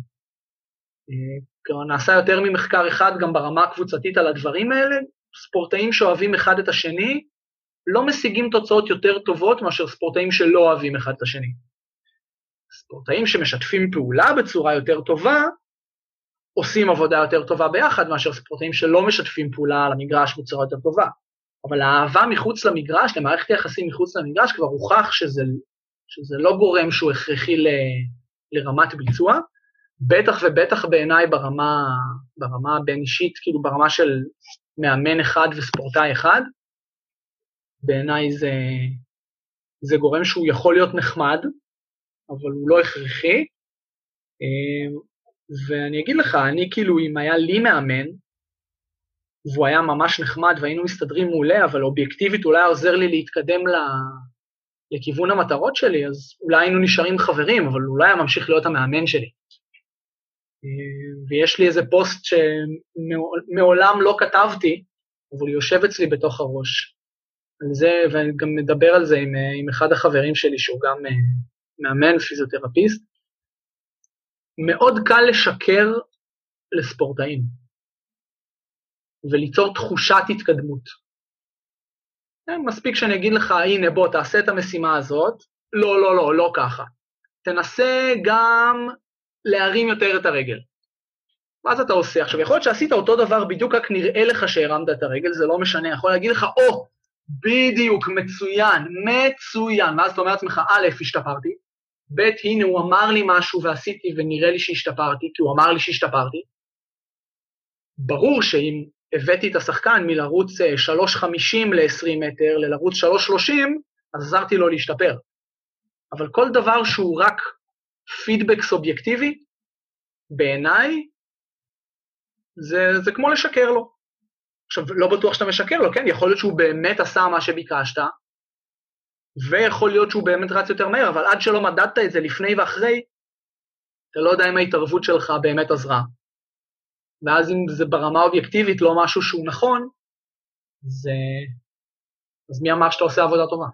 [SPEAKER 1] נעשה יותר ממחקר אחד גם ברמה הקבוצתית על הדברים האלה, ספורטאים שאוהבים אחד את השני, לא משיגים תוצאות יותר טובות מאשר ספורטאים שלא אוהבים אחד את השני. ספורטאים שמשתפים פעולה בצורה יותר טובה, עושים עבודה יותר טובה ביחד מאשר ספורטאים שלא משתפים פעולה על המגרש בצורה יותר טובה. אבל האהבה מחוץ למגרש, למערכת היחסים מחוץ למגרש, כבר הוכח שזה לא גורם שהוא הכרחי לרמת ביצוע, בטח ובטח בעיניי ברמה בין אישית, כאילו ברמה של מאמן אחד וספורטאי אחד, בעיניי זה גורם שהוא יכול להיות נחמד, אבל הוא לא הכרחי, ואני אגיד לך, אני כאילו, אם היה לי מאמן, והוא היה ממש נחמד והיינו מסתדרים מעולה, אבל אובייקטיבית אולי עוזר לי להתקדם לכיוון המטרות שלי, אז אולי היינו נשארים חברים, אבל אולי היה ממשיך להיות המאמן שלי. ויש לי איזה פוסט שמעולם לא כתבתי, אבל הוא יושב אצלי בתוך הראש. על זה, ואני גם מדבר על זה עם אחד החברים שלי, שהוא גם מאמן, פיזיותרפיסט. מאוד קל לשקר לספורטאים, וליצור תחושת התקדמות. מספיק שאני אגיד לך, הנה בוא, תעשה את המשימה הזאת, לא ככה. תנסה גם להרים יותר את הרגל. מה אתה עושה? עכשיו, יכול להיות שעשית אותו דבר, בדיוק רק נראה לך שהרמת את הרגל, זה לא משנה, יכול להגיד לך, בדיוק, מצוין, ואז אתה אומר לעצמך, א', השתפרתי, ב', הנה, הוא אמר לי משהו ועשיתי ונראה לי שהשתפרתי, כי הוא אמר לי שהשתפרתי. ברור שאם הבאתי את השחקן מלרוץ 3.50 ל-20 מטר, ללרוץ 3.30, אז עזרתי לו להשתפר. אבל כל דבר שהוא רק פידבק סובייקטיבי, בעיניי, זה כמו לשקר לו. עכשיו, לא בטוח שאתה משקר לו, כן? יכול להיות שהוא באמת עשה מה שביקשת, ויכול להיות שהוא באמת רץ יותר מהר, אבל עד שלא מדדת את זה לפני ואחרי, אתה לא יודע אם ההתערבות שלך באמת עזרה. ואז אם זה ברמה אובייקטיבית לא משהו שהוא נכון, אז מי אמר שאתה עושה עבודה טובה?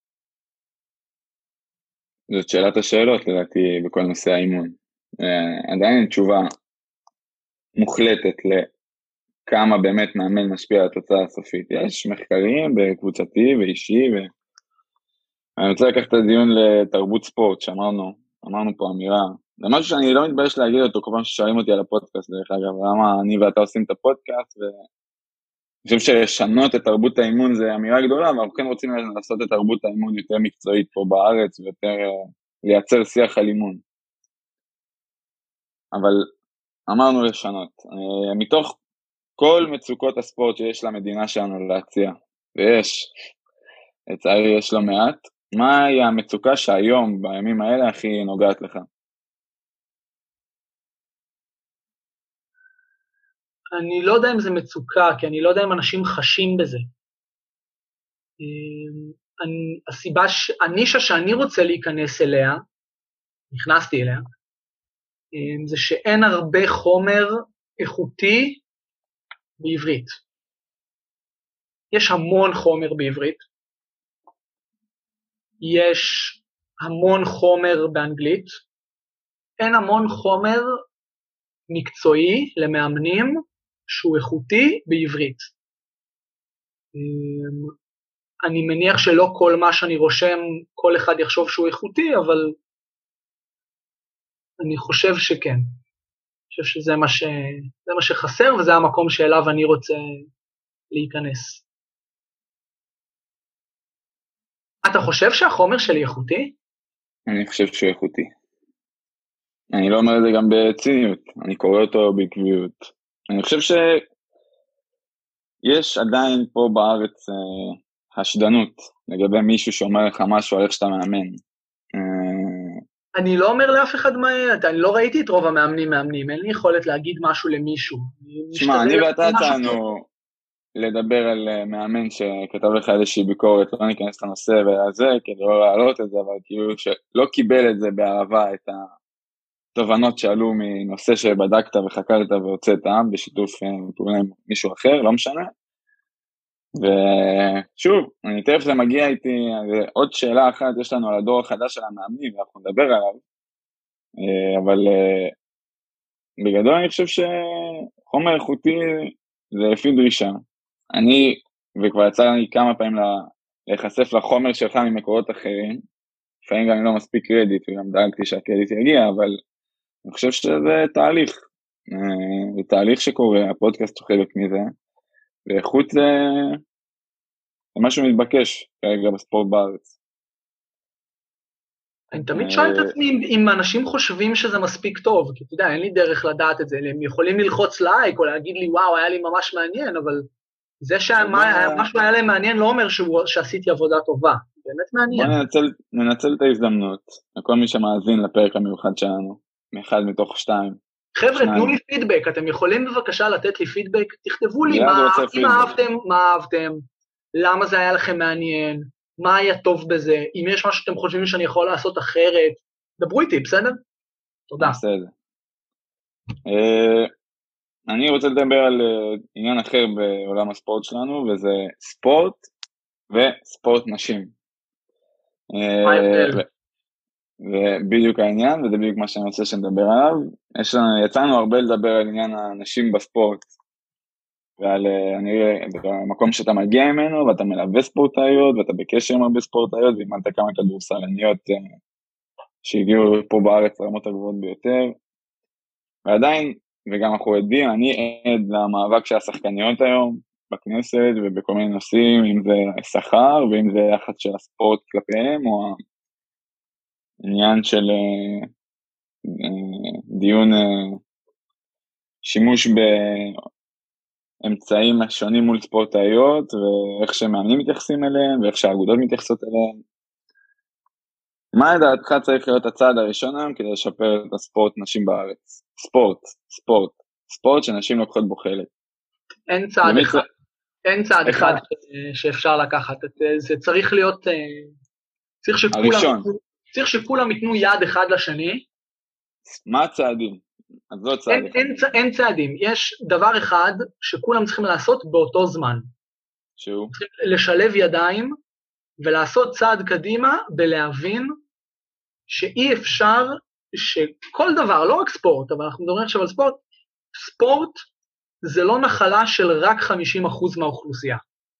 [SPEAKER 2] זאת שאלת השאלות, לדעתי, בכל נושא האימון. עדיין תשובה מוחלטת לכמה באמת מאמן משפיע על התוצאה הסופית. יש מחקרים בקבוצתי ואישי, אני רוצה לקחת את הדיון לתרבות ספורט, אמרנו פה אמירה, זה משהו שאני לא מתבייש להגיד אותו כל פעם ששואלים אותי על הפודקאסט, דרך אגב, למה אני ואתה עושים את הפודקאסט, ואני חושב ששנות את תרבות האימון זה אמירה גדולה, אבל אנחנו כן רוצים לעשות את תרבות האימון יותר מקצועית פה בארץ, ויותר לייצר שיח על אימון. אבל אמרנו לשנות, מתוך כל מצוקות הספורט שיש למדינה שלנו להציע, ויש, לצערי יש לא מעט, מהי המצוקה שהיום, בימים האלה, הכי נוגעת לך?
[SPEAKER 1] אני לא יודע אם זה מצוקה, כי אני לא יודע אם אנשים חשים בזה. הנישה שאני רוצה להיכנס אליה, נכנסתי אליה, זה שאין הרבה חומר איכותי בעברית. יש המון חומר בעברית, יש המון חומר באנגלית, אין המון חומר מקצועי למאמנים שהוא איכותי בעברית. אני מניח שלא כל מה שאני רושם, כל אחד יחשוב שהוא איכותי, אבל אני חושב שכן. אני חושב שזה מה שחסר, וזה המקום שאליו אני רוצה להיכנס. אתה חושב שהחומר שלי איכותי?
[SPEAKER 2] אני חושב שהוא איכותי. אני לא אומר את זה גם בציניות, אני קורא אותו בעקביות. אני חושב שיש עדיין פה בארץ השדנות, לגבי מישהו שאומר לך משהו על איך שאתה מאמן.
[SPEAKER 1] אני לא אומר לאף אחד מה, אני לא ראיתי את רוב המאמנים, אין לי יכולת להגיד משהו למישהו.
[SPEAKER 2] שמע, אני ואתה יצאנו לדבר על מאמן שכתב לך איזושהי ביקורת, לא ניכנס לנושא ולזה, כדי לא להעלות את זה, אבל כאילו שלא קיבל את זה באהבה, את התובנות שעלו מנושא שבדקת וחקרת והוצאת בשיתוף פעולה עם מישהו אחר, לא משנה. ושוב, אני תכף זה מגיע איתי, עוד שאלה אחת יש לנו על הדור החדש של המאמנים, ואנחנו נדבר עליו, אבל בגדול אני חושב שחומר איכותי זה לפי דרישה. אני, וכבר יצא לי כמה פעמים להיחשף לחומר שלך ממקורות אחרים, לפעמים גם אני לא מספיק קרדיט, וגם דאגתי שהקרדיט יגיע, אבל אני חושב שזה תהליך, זה תהליך שקורה, הפודקאסט הוא חלק מזה, ואיכות זה משהו מתבקש כרגע בספורט בארץ.
[SPEAKER 1] אני תמיד שואל את עצמי אם אנשים חושבים שזה מספיק טוב, כי אתה יודע, אין לי דרך לדעת את זה, הם יכולים ללחוץ לייק או להגיד לי, וואו, היה לי ממש מעניין, אבל זה שמשהו היה להם מעניין לא אומר שעשיתי עבודה טובה, באמת מעניין.
[SPEAKER 2] בוא ננצל את ההזדמנות, לכל מי שמאזין לפרק המיוחד שלנו, מאחד מתוך 2.
[SPEAKER 1] חבר'ה, תנו לי פידבק, אתם יכולים בבקשה לתת לי פידבק, תכתבו לי אם אהבתם, מה אהבתם, למה זה היה לכם מעניין, מה היה טוב בזה, אם יש משהו שאתם חושבים שאני יכול לעשות אחרת, דברו איתי, בסדר? תודה.
[SPEAKER 2] בסדר. אני רוצה לדבר על עניין אחר בעולם הספורט שלנו, וזה ספורט וספורט נשים.
[SPEAKER 1] מה ההבדל?
[SPEAKER 2] ובדיוק העניין, וזה בדיוק מה שאני רוצה שנדבר עליו. יצאנו הרבה לדבר על עניין הנשים בספורט, ועל המקום שאתה מגיע ממנו, ואתה מלווה ספורטאיות, ואתה בקשר עם הרבה ספורטאיות, ואימנת כמה כדורסלניות שהגיעו פה בארץ לרמות הגבוהות ביותר, ועדיין, וגם אנחנו עדים, אני עד למאבק של השחקניות היום, בכנסת ובכל מיני נושאים, אם זה שכר, ואם זה יחס של הספורט כלפיהם, או העניין של דיון שימוש באמצעים שונים מול ספורטאיות, ואיך שמאמנים מתייחסים אליהם, ואיך שהאגודות מתייחסות אליהם. מה לדעתך צריך להיות הצעד הראשון היום כדי לשפר את הספורט נשים בארץ? ספורט שנשים לוקחות בו חלק.
[SPEAKER 1] אין צעד אחד שאפשר לקחת, זה צריך להיות, צריך שכולם ייתנו יד אחד לשני.
[SPEAKER 2] מה הצעדים? אז לא צעד אחד.
[SPEAKER 1] אין צעדים, יש דבר אחד שכולם צריכים לעשות באותו זמן.
[SPEAKER 2] שהוא?
[SPEAKER 1] צריכים לשלב ידיים ולעשות צעד קדימה בלהבין שאי אפשר שכל דבר, לא רק ספורט, אבל אנחנו מדברים עכשיו על ספורט, ספורט זה לא נחלה של רק 50% מהאוכלוסייה.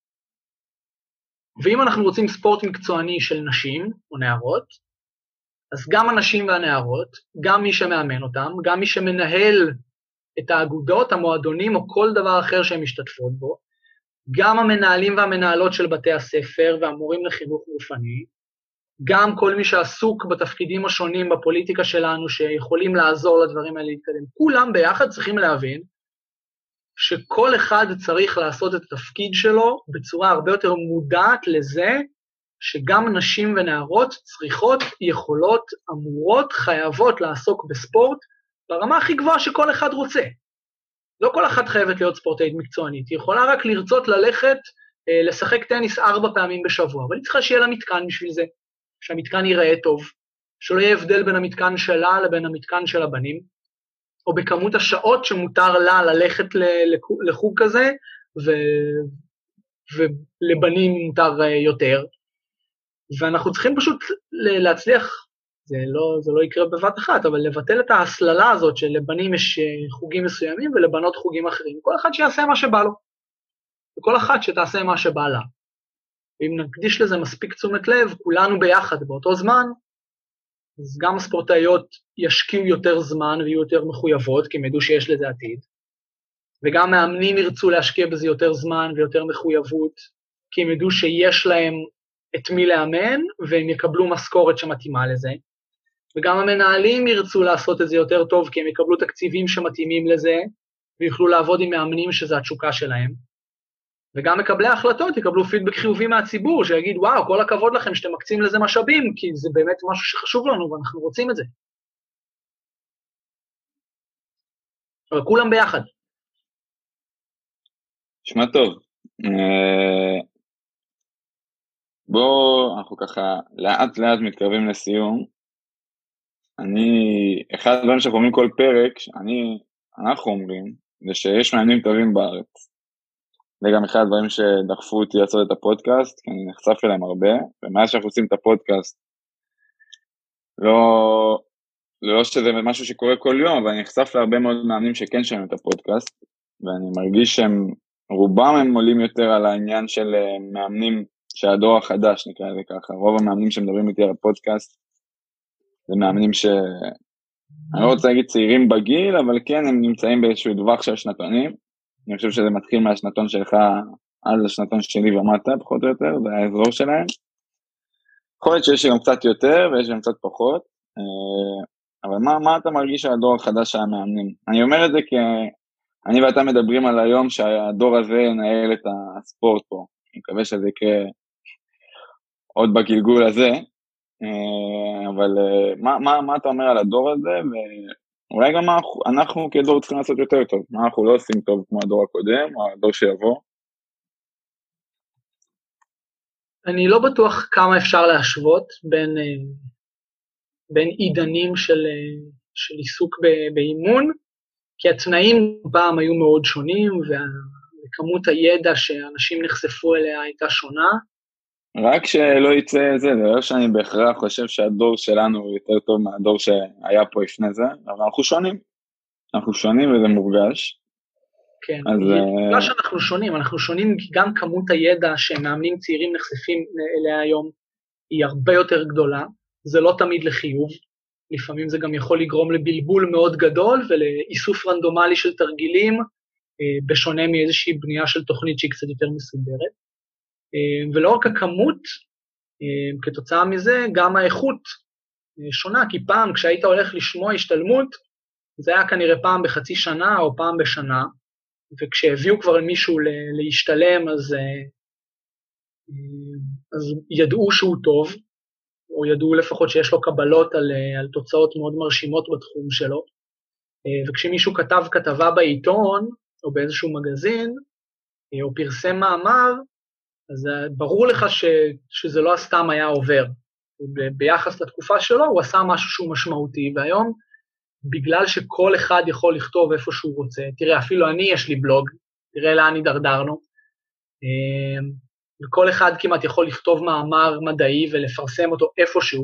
[SPEAKER 1] ואם אנחנו רוצים ספורט מקצועני של נשים או נערות, אז גם הנשים והנערות, גם מי שמאמן אותם, גם מי שמנהל את האגודות, המועדונים או כל דבר אחר שהם משתתפות בו, גם המנהלים והמנהלות של בתי הספר והמורים לחינוך גופני, גם כל מי שעסוק בתפקידים השונים בפוליטיקה שלנו שיכולים לעזור לדברים האלה להתקדם, כולם ביחד צריכים להבין שכל אחד צריך לעשות את התפקיד שלו בצורה הרבה יותר מודעת לזה שגם נשים ונערות צריכות, יכולות, אמורות, חייבות לעסוק בספורט ברמה הכי גבוהה שכל אחד רוצה. לא כל אחת חייבת להיות ספורטאית מקצוענית, היא יכולה רק לרצות ללכת, לשחק טניס 4 פעמים בשבוע, אבל היא צריכה שיהיה לה מתקן בשביל זה, שהמתקן ייראה טוב, שלא יהיה הבדל בין המתקן שלה לבין המתקן של הבנים, או בכמות השעות שמותר לה ללכת לחוג כזה, ולבנים מותר יותר, ואנחנו צריכים פשוט להצליח, זה לא יקרה בבת אחת, אבל לבטל את ההסללה הזאת שלבנים יש חוגים מסוימים ולבנות חוגים אחרים. כל אחד שיעשה מה שבא לו, וכל אחת שתעשה מה שבא לה. ואם נקדיש לזה מספיק תשומת לב, כולנו ביחד באותו זמן, אז גם הספורטאיות ישקיעו יותר זמן ויהיו יותר מחויבות, כי הם ידעו שיש לזה עתיד, וגם מאמנים ירצו להשקיע בזה יותר זמן ויותר מחויבות, כי הם ידעו שיש להם את מי לאמן, והם יקבלו משכורת שמתאימה לזה, וגם המנהלים ירצו לעשות את זה יותר טוב, כי הם יקבלו תקציבים שמתאימים לזה, ויוכלו לעבוד עם מאמנים שזה התשוקה שלהם, וגם מקבלי ההחלטות יקבלו פידבק חיובי מהציבור, שיגיד, וואו, כל הכבוד לכם שאתם מקצים לזה משאבים, כי זה באמת משהו שחשוב לנו, ואנחנו רוצים את זה. אבל כולם ביחד.
[SPEAKER 2] שמע טוב. אנחנו ככה לאט לאט מתקרבים לסיום. אחד הדברים שאנחנו אומרים כל פרק, אנחנו אומרים, זה שיש מאמנים טובים בארץ. זה גם אחד הדברים שדחפו אותי לעשות את הפודקאסט, כי אני נחשף אליהם הרבה, ומאז שאנחנו עושים את הפודקאסט, לא שזה משהו שקורה כל יום, אבל אני נחשף להרבה מאוד מאמנים שכן שומעים את הפודקאסט, ואני מרגיש רובם הם עולים יותר על העניין של מאמנים שהדור החדש, נקרא לזה ככה. רוב המאמנים שמדברים איתי על הפודקאסט, זה מאמנים אני לא רוצה להגיד צעירים בגיל, אבל כן הם נמצאים באיזשהו דווח של שנתונים. אני חושב שזה מתחיל מהשנתון שלך עד לשנתון שלי ומטה, פחות או יותר, זה האזור שלהם. יכול להיות שיש גם קצת יותר ויש גם קצת פחות, אבל מה אתה מרגיש על הדור החדש של המאמנים? אני אומר את זה כי אני ואתה מדברים על היום שהדור הזה ינהל את הספורט פה, אני מקווה שזה יקרה עוד בגלגול הזה, אבל מה אתה אומר על הדור הזה, ואולי גם אנחנו כדור צריכים לעשות יותר טוב, מה אנחנו לא עושים טוב כמו הדור הקודם, או הדור שיבוא?
[SPEAKER 1] אני לא בטוח כמה אפשר להשוות בין עידנים של עיסוק באימון, כי התנאים פעם היו מאוד שונים, וכמות הידע שאנשים נחשפו אליה הייתה שונה.
[SPEAKER 2] רק שלא יצא זה לא שאני בהכרח חושב שהדור שלנו הוא יותר טוב מהדור שהיה פה לפני זה, אבל אנחנו שונים וזה מורגש.
[SPEAKER 1] כן, בגלל שאנחנו שונים, גם כמות הידע שמאמנים צעירים נחשפים אליה היום היא הרבה יותר גדולה, זה לא תמיד לחיוב, לפעמים זה גם יכול לגרום לבלבול מאוד גדול ולאיסוף רנדומלי של תרגילים, בשונה מאיזושהי בנייה של תוכנית שהיא קצת יותר מסודרת. ולא רק הכמות, כתוצאה מזה גם האיכות שונה, כי פעם כשהיית הולך לשמוע השתלמות, זה היה כנראה פעם בחצי שנה או פעם בשנה, וכשהביאו כבר מישהו להשתלם, אז ידעו שהוא טוב, או ידעו לפחות שיש לו קבלות על תוצאות מאוד מרשימות בתחום שלו, וכשמישהו כתב כתבה בעיתון, או באיזשהו מגזין, או פרסם מאמר, אז ברור לך שזה לא סתם היה עובר. ביחס לתקופה שלו, הוא עשה משהו שהוא משמעותי, והיום, בגלל שכל אחד יכול לכתוב איפה שהוא רוצה, תראה, אפילו אני יש לי בלוג, תראה לאן הידרדרנו, וכל אחד כמעט יכול לכתוב מאמר מדעי ולפרסם אותו איפשהו,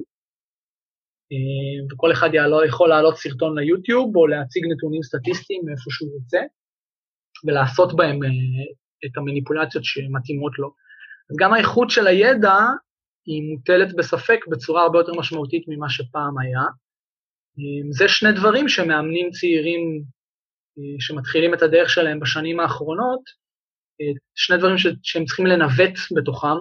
[SPEAKER 1] וכל אחד יכול לעלות סרטון ליוטיוב, או להציג נתונים סטטיסטיים מאיפה שהוא רוצה, ולעשות בהם את המניפולציות שמתאימות לו. אז גם האיכות של הידע היא מוטלת בספק בצורה הרבה יותר משמעותית ממה שפעם היה. זה שני דברים שמאמנים צעירים שמתחילים את הדרך שלהם בשנים האחרונות, שני דברים שהם צריכים לנווט בתוכם,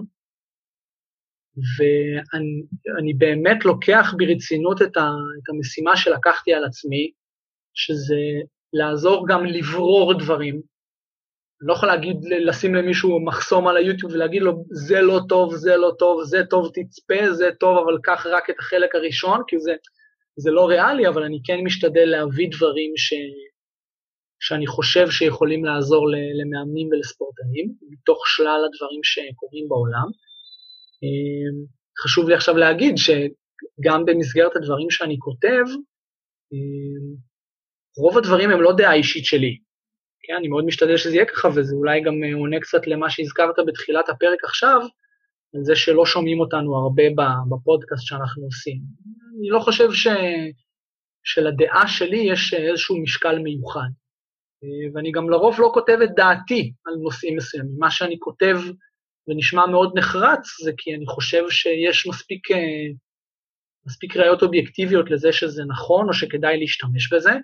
[SPEAKER 1] ואני באמת לוקח ברצינות את המשימה שלקחתי על עצמי, שזה לעזור גם לברור דברים. אני לא יכול לשים למישהו מחסום על היוטיוב ולהגיד לו, זה לא טוב, זה לא טוב, זה טוב תצפה, זה טוב, אבל קח רק את החלק הראשון, כי זה לא ריאלי, אבל אני כן משתדל להביא דברים שאני חושב שיכולים לעזור למאמנים ולספורטאים, מתוך שלל הדברים שקורים בעולם. חשוב לי עכשיו להגיד שגם במסגרת הדברים שאני כותב, רוב הדברים הם לא דעה אישית שלי. כן, אני מאוד משתדל שזה יהיה ככה, וזה אולי גם עונה קצת למה שהזכרת בתחילת הפרק עכשיו, על זה שלא שומעים אותנו הרבה בפודקאסט שאנחנו עושים. אני לא חושב שלדעה שלי יש איזשהו משקל מיוחד. ואני גם לרוב לא כותב את דעתי על נושאים מסוימים. מה שאני כותב ונשמע מאוד נחרץ, זה כי אני חושב שיש מספיק ראיות אובייקטיביות לזה שזה נכון, או שכדאי להשתמש בזה.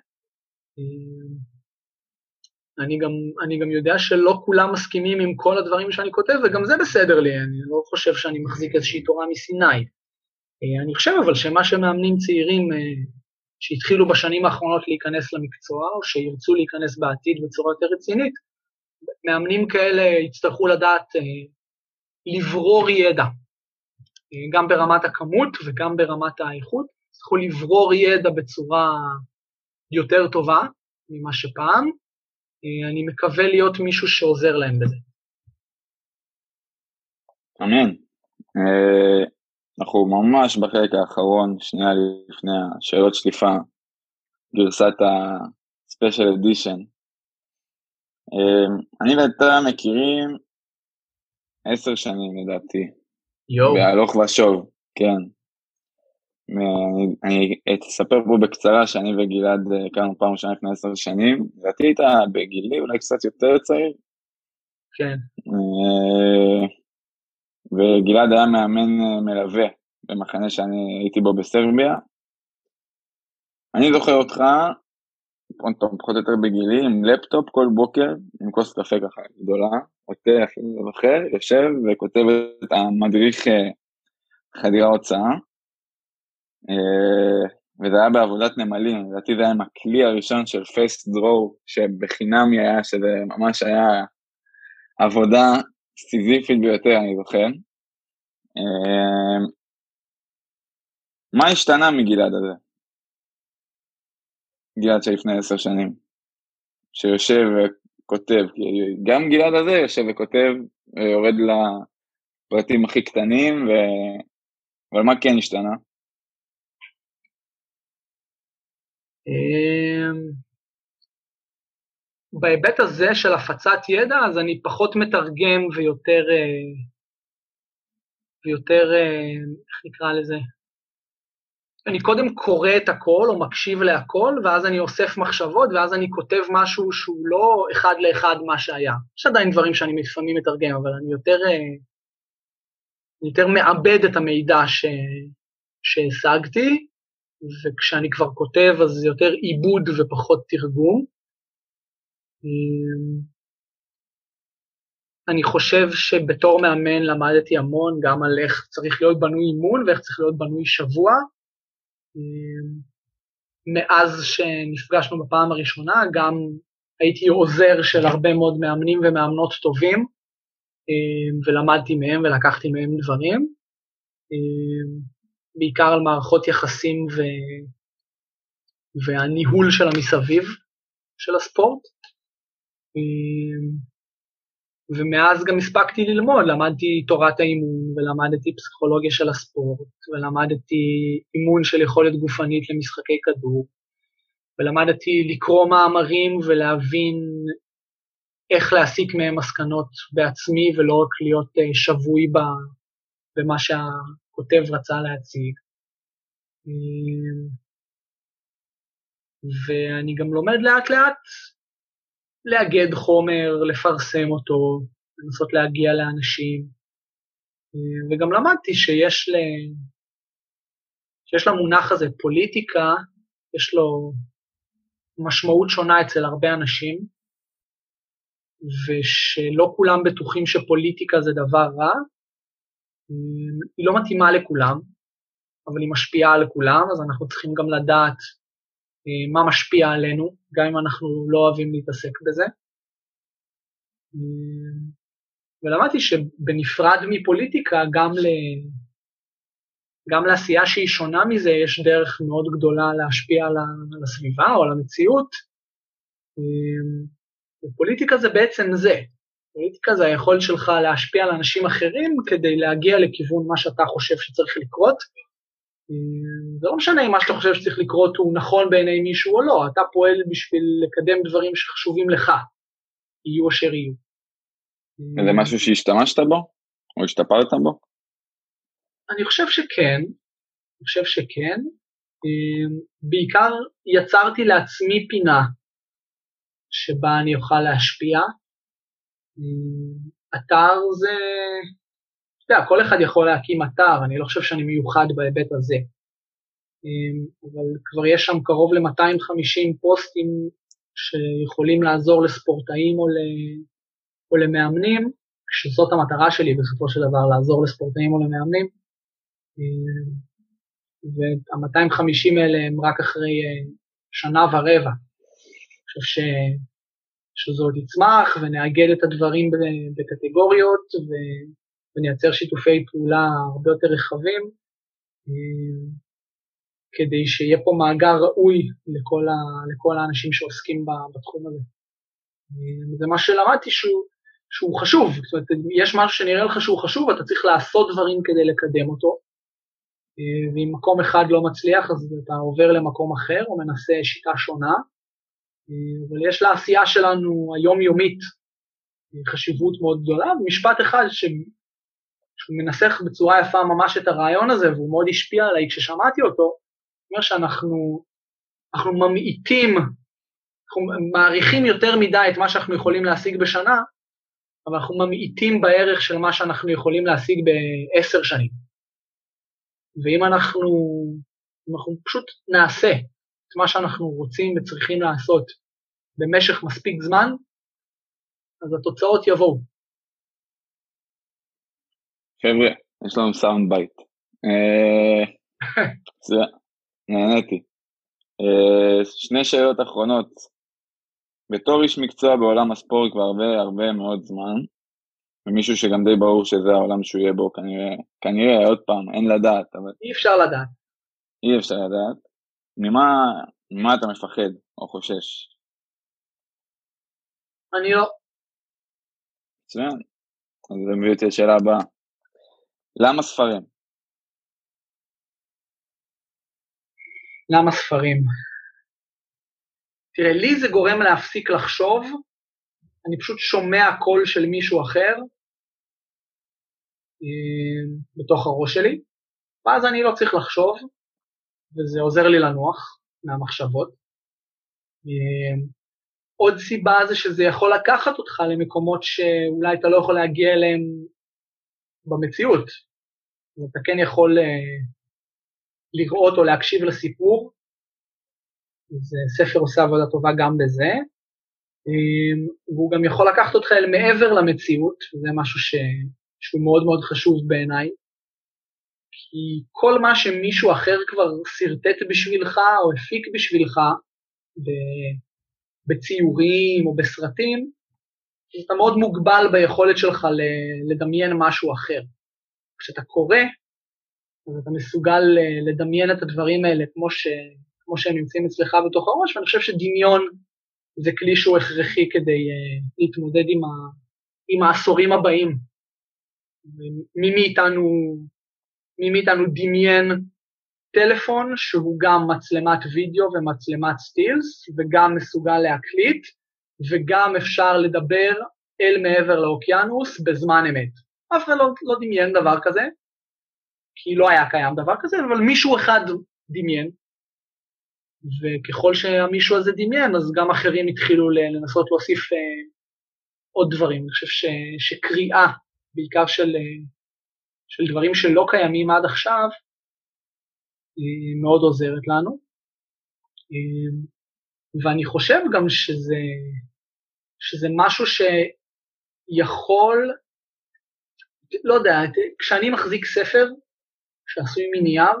[SPEAKER 1] אני גם יודע שלא כולם מסכימים עם כל הדברים שאני כותב, וגם זה בסדר לי, אני לא חושב שאני מחזיק איזושהי תורה מסיני. אני חושב אבל שמה שמאמנים צעירים שהתחילו בשנים האחרונות להיכנס למקצוע, או שירצו להיכנס בעתיד בצורה יותר רצינית, מאמנים כאלה יצטרכו לדעת לברור ידע, גם ברמת הכמות וגם ברמת האיכות, יצטרכו לברור ידע בצורה יותר טובה ממה שפעם, אני מקווה להיות מישהו שעוזר להם בזה.
[SPEAKER 2] אמן. אנחנו ממש בחלק האחרון, שנייה לפני השאלות שליפה, גרסת ה-Special Edition. אני ואתה מכירים 10 שנים לדעתי. בהלוך ושוב, כן. אני אספר פה בקצרה שאני וגלעד הכרנו פעם ראשונה לפני 10 שנים, לדעתי הייתה בגילי אולי קצת יותר צעיר.
[SPEAKER 1] כן.
[SPEAKER 2] וגלעד היה מאמן מלווה במחנה שאני הייתי בו בסרביה. אני זוכר אותך, פחות או יותר בגילי, עם לפטופ כל בוקר, עם כוס קפה ככה גדולה, עוטה אפילו לא זוכר, יושב וכותב את המדריך חדירה הוצאה, וזה היה בעבודת נמלים, לדעתי זה היה עם הכלי הראשון של Fast Draw, שבחינם היה, שזה ממש היה עבודה סיזיפית ביותר, אני זוכר. מה השתנה מגלעד הזה? גלעד שלפני 10 שנים, שיושב וכותב, גם גלעד הזה יושב וכותב, יורד לפרטים הכי קטנים, אבל מה כן השתנה?
[SPEAKER 1] בהיבט הזה של הפצת ידע, אז אני פחות מתרגם ויותר, איך נקרא לזה? אני קודם קורא את הכל או מקשיב להכל, ואז אני אוסף מחשבות, ואז אני כותב משהו שהוא לא אחד לאחד מה שהיה. יש עדיין דברים שאני לפעמים מתרגם, אבל אני יותר מעבד את המידע שהשגתי, וכשאני כבר כותב אז זה יותר עיבוד ופחות תרגום. אני חושב שבתור מאמן למדתי המון גם על איך צריך להיות בנוי אימון ואיך צריך להיות בנוי שבוע. מאז שנפגשנו בפעם הראשונה גם הייתי עוזר של הרבה מאוד מאמנים ומאמנות טובים, ולמדתי מהם ולקחתי מהם דברים, בעיקר על מערכות יחסים והניהול של המסביב של הספורט. ומאז גם הספקתי ללמוד, למדתי תורת האימון, ולמדתי פסיכולוגיה של הספורט, ולמדתי אימון של יכולת גופנית למשחקי כדור, ולמדתי לקרוא מאמרים ולהבין איך להסיק מהם מסקנות בעצמי, ולא רק להיות שבוי במה שהכותב רצה להציג. ואני גם לומד לאט לאט, לאגד חומר, לפרסם אותו, לנסות להגיע לאנשים, וגם למדתי שיש למונח הזה פוליטיקה, יש לו משמעות שונה אצל הרבה אנשים, ושלא כולם בטוחים שפוליטיקה זה דבר רע, היא לא מתאימה לכולם, אבל היא משפיעה על כולם, אז אנחנו צריכים גם לדעת מה משפיע עלינו, גם אם אנחנו לא אוהבים להתעסק בזה. ולמדתי שבנפרד מפוליטיקה, גם לעשייה שהיא שונה מזה, יש דרך מאוד גדולה להשפיע על הסביבה או על המציאות. ופוליטיקה זה בעצם זה. פוליטיקה זה היכולת שלך להשפיע על אנשים אחרים, כדי להגיע לכיוון מה שאתה חושב שצריך לקרות. זה לא משנה אם מה שאתה חושב שצריך לקרות הוא נכון בעיני מישהו או לא, אתה פועל בשביל לקדם דברים שחשובים לך, יהיו אשר יהיו.
[SPEAKER 2] זה משהו שהשתמשת בו? או השתפרת בו?
[SPEAKER 1] אני חושב שכן. בעיקר יצרתי לעצמי פינה שבה אני אוכל להשפיע. אתר זה, אתה יודע, כל אחד יכול להקים אתר, אני לא חושב שאני מיוחד בהיבט הזה. אבל כבר יש שם קרוב ל-250 פוסטים שיכולים לעזור לספורטאים או למאמנים, כשזאת המטרה שלי בסופו של דבר, לעזור לספורטאים או למאמנים. וה-250 האלה הם רק אחרי שנה ורבע. אני חושב שזו עוד יצמח, ונאגד את הדברים בקטגוריות, ונייצר שיתופי פעולה הרבה יותר רחבים, כדי שיהיה פה מאגר ראוי לכל האנשים שעוסקים בתחום הזה. זה מה שלמדתי שהוא חשוב, זאת אומרת, יש משהו שנראה לך שהוא חשוב, אתה צריך לעשות דברים כדי לקדם אותו, ואם מקום אחד לא מצליח, אז אתה עובר למקום אחר, או מנסה שיטה שונה, אבל יש לעשייה שלנו היומיומית חשיבות מאוד גדולה, ומשפט אחד שהוא מנסח בצורה יפה ממש את הרעיון הזה, והוא מאוד השפיע עליי כששמעתי אותו, אומר שאנחנו ממעיטים, אנחנו מעריכים יותר מדי את מה שאנחנו יכולים להשיג בשנה, אבל אנחנו ממעיטים בערך של מה שאנחנו יכולים להשיג ב10 שנים. ואם אנחנו פשוט נעשה את מה שאנחנו רוצים וצריכים לעשות במשך מספיק זמן, אז התוצאות יבואו.
[SPEAKER 2] חבר'ה, יש לנו סאונד בייט. נהניתי. שני שאלות אחרונות. בתור איש מקצוע בעולם הספורט כבר הרבה מאוד זמן, ומישהו שגם די ברור שזה העולם שהוא יהיה בו, כנראה עוד פעם, אין לדעת, אבל...
[SPEAKER 1] אי אפשר לדעת.
[SPEAKER 2] אי אפשר לדעת. ממה אתה מפחד או חושש?
[SPEAKER 1] אני לא.
[SPEAKER 2] מצוין. אז זה מביא אותי לשאלה הבאה. למה ספרים?
[SPEAKER 1] למה ספרים? תראה, לי זה גורם להפסיק לחשוב, אני פשוט שומע קול של מישהו אחר, בתוך הראש שלי, ואז אני לא צריך לחשוב, וזה עוזר לי לנוח מהמחשבות. עוד סיבה זה שזה יכול לקחת אותך למקומות שאולי אתה לא יכול להגיע אליהם במציאות. אתה כן יכול לראות או להקשיב לסיפור, אז ספר עושה עבודה טובה גם בזה, והוא גם יכול לקחת אותך אל מעבר למציאות, וזה משהו שהוא מאוד מאוד חשוב בעיניי, כי כל מה שמישהו אחר כבר סרטט בשבילך או הפיק בשבילך, בציורים או בסרטים, אתה מאוד מוגבל ביכולת שלך לדמיין משהו אחר. כשאתה קורא, אז אתה מסוגל לדמיין את הדברים האלה כמו שהם נמצאים אצלך בתוך הראש, ואני חושב שדמיון זה כלי שהוא הכרחי כדי להתמודד עם העשורים הבאים. מי מאיתנו דמיין טלפון שהוא גם מצלמת וידאו ומצלמת סטילס, וגם מסוגל להקליט, וגם אפשר לדבר אל מעבר לאוקיינוס בזמן אמת. אף אחד לא דמיין דבר כזה, כי לא היה קיים דבר כזה, אבל מישהו אחד דמיין, וככל שהמישהו הזה דמיין, אז גם אחרים התחילו לנסות להוסיף עוד דברים. אני חושב שקריאה, בעיקר של דברים שלא קיימים עד עכשיו, מאוד עוזרת לנו, ואני חושב גם שזה משהו שיכול, לא יודע, כשאני מחזיק ספר שעשוי מנייר,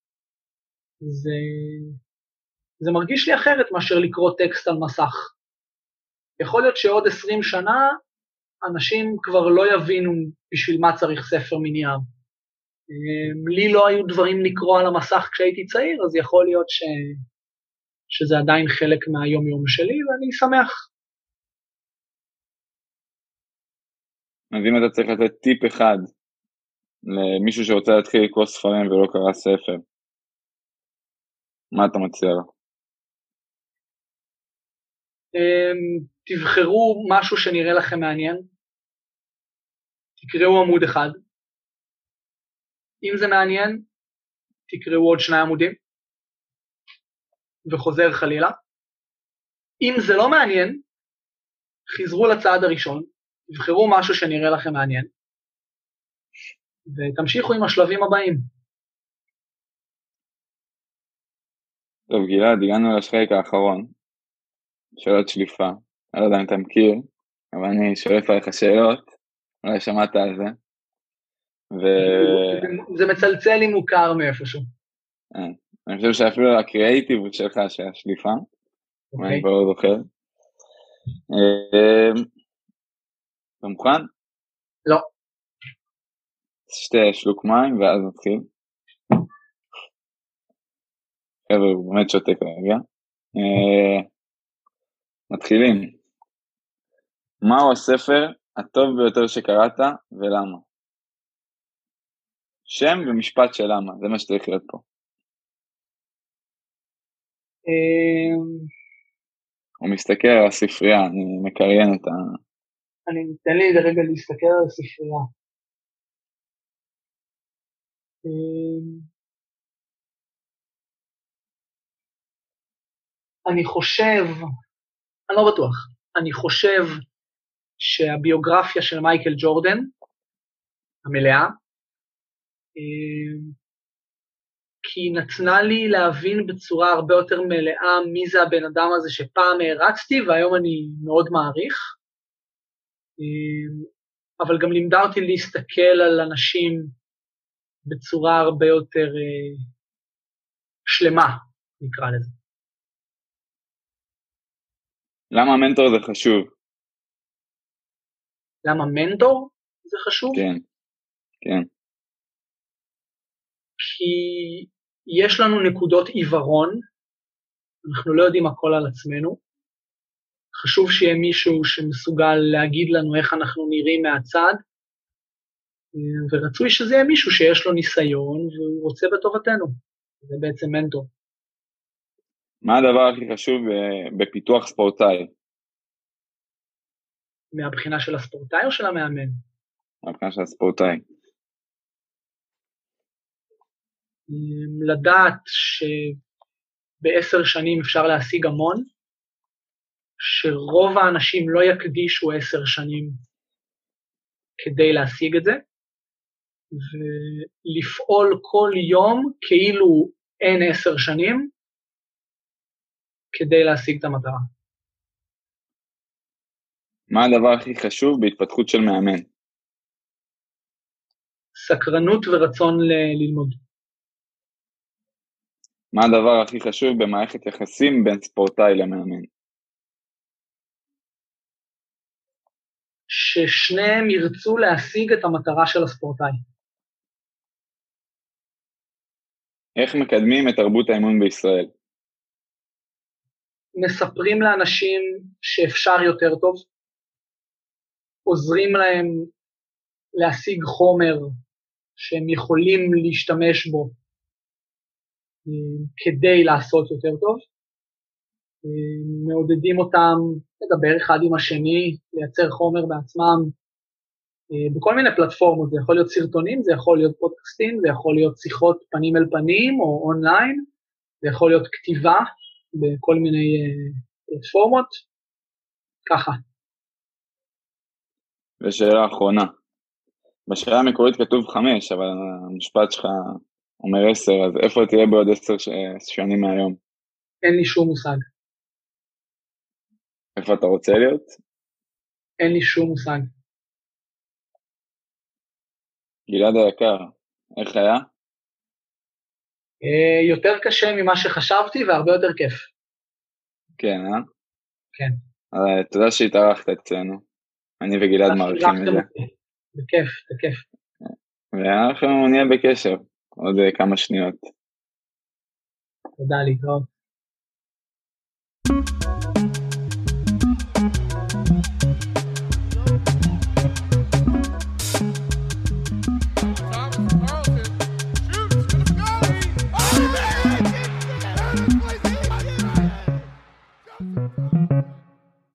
[SPEAKER 1] זה מרגיש לי אחרת מאשר לקרוא טקסט על מסך. יכול להיות שעוד 20 שנה אנשים כבר לא יבינו בשביל מה צריך ספר מנייר. לי לא היו דברים לקרוא על המסך כשהייתי צעיר, אז יכול להיות שזה עדיין חלק מהיום-יום שלי, ואני שמח.
[SPEAKER 2] אז אם אתה צריך לתת טיפ אחד למישהו שרוצה להתחיל לקרוא ספרים ולא קרא ספר, מה אתה מציע לו?
[SPEAKER 1] תבחרו משהו שנראה לכם מעניין, תקראו עמוד אחד, אם זה מעניין, תקראו עוד 2 עמודים, וחוזר חלילה. אם זה לא מעניין, חזרו לצעד הראשון, תבחרו משהו שנראה לכם מעניין, ותמשיכו עם השלבים הבאים.
[SPEAKER 2] טוב גלעד, הגענו לשחק האחרון, שאלות שליפה, אני לא יודע אם אתה מכיר, אבל אני שואף עליך שאלות, אולי שמעת על זה.
[SPEAKER 1] זה מצלצל לי מוכר מאיפשהו.
[SPEAKER 2] אני חושב שאפילו הקריאייטיביות שלך שהשליפה, אני כבר לא זוכר. אתה מוכן?
[SPEAKER 1] לא.
[SPEAKER 2] שתי שלוק מים ואז נתחיל. חבר'ה, הוא באמת שותק רגע. מתחילים. מהו הספר הטוב ביותר שקראת ולמה? שם ומשפט של למה, זה מה שצריך להיות פה. הוא מסתכל על הספרייה, אני מקריין את ה...
[SPEAKER 1] אני נתן לי רגע להסתכל על הספרייה. אני חושב, אני לא בטוח, אני חושב שהביוגרפיה של מייקל ג'ורדן, המלאה, כי היא נתנה לי להבין בצורה הרבה יותר מלאה מי זה הבן אדם הזה שפעם הרצתי והיום אני מאוד מעריך, אבל גם לימדה אותי להסתכל על אנשים בצורה הרבה יותר שלמה, נקרא לזה.
[SPEAKER 2] למה מנטור זה חשוב?
[SPEAKER 1] למה מנטור זה חשוב?
[SPEAKER 2] כן, כן.
[SPEAKER 1] כי יש לנו נקודות עיוורון, אנחנו לא יודעים הכל על עצמנו, חשוב שיהיה מישהו שמסוגל להגיד לנו איך אנחנו נראים מהצד, ורצוי שזה יהיה מישהו שיש לו ניסיון והוא רוצה בטובתנו. זה בעצם מנטור.
[SPEAKER 2] מה הדבר הכי חשוב בפיתוח ספורטאי?
[SPEAKER 1] מהבחינה של הספורטאי או של המאמן?
[SPEAKER 2] מהבחינה של הספורטאי.
[SPEAKER 1] לדעת ש10 שנים אפשר להשיג המון, שרוב האנשים לא יקדישו 10 שנים כדי להשיג את זה, ולפעול כל יום כאילו אין 10 שנים, כדי להשיג את המטרה.
[SPEAKER 2] מה הדבר הכי חשוב בהתפתחות של מאמן?
[SPEAKER 1] סקרנות ורצון ללמוד.
[SPEAKER 2] מה הדבר הכי חשוב במערכת יחסים בין ספורטאי למאמן?
[SPEAKER 1] ששניהם ירצו להשיג את המטרה של הספורטאי.
[SPEAKER 2] איך מקדמים את תרבות האימון בישראל?
[SPEAKER 1] מספרים לאנשים שאפשר יותר טוב, עוזרים להם להשיג חומר שהם יכולים להשתמש בו כדי לעשות יותר טוב, מעודדים אותם לדבר אחד עם השני, לייצר חומר בעצמם, בכל מיני פלטפורמות, זה יכול להיות סרטונים, זה יכול להיות פודקאסטים, זה יכול להיות שיחות פנים אל פנים או אונליין, זה יכול להיות כתיבה בכל מיני פלטפורמות, ככה.
[SPEAKER 2] ושאלה אחרונה, בשאלה המקורית כתוב 5, אבל המשפט שלך אומר 10, אז איפה תהיה בעוד 10 שנים מהיום?
[SPEAKER 1] אין לי שום מושג.
[SPEAKER 2] איפה אתה רוצה להיות?
[SPEAKER 1] אין לי שום מושג.
[SPEAKER 2] גלעד היקר, איך היה?
[SPEAKER 1] יותר קשה ממה שחשבתי והרבה יותר כיף.
[SPEAKER 2] כן, אה?
[SPEAKER 1] כן.
[SPEAKER 2] תודה שהתארחת אצלנו. אני וגלעד מעריכים את זה.
[SPEAKER 1] בכיף, בכיף.
[SPEAKER 2] ואנחנו נהיה בקשר עוד כמה שניות.
[SPEAKER 1] תודה, להתראות.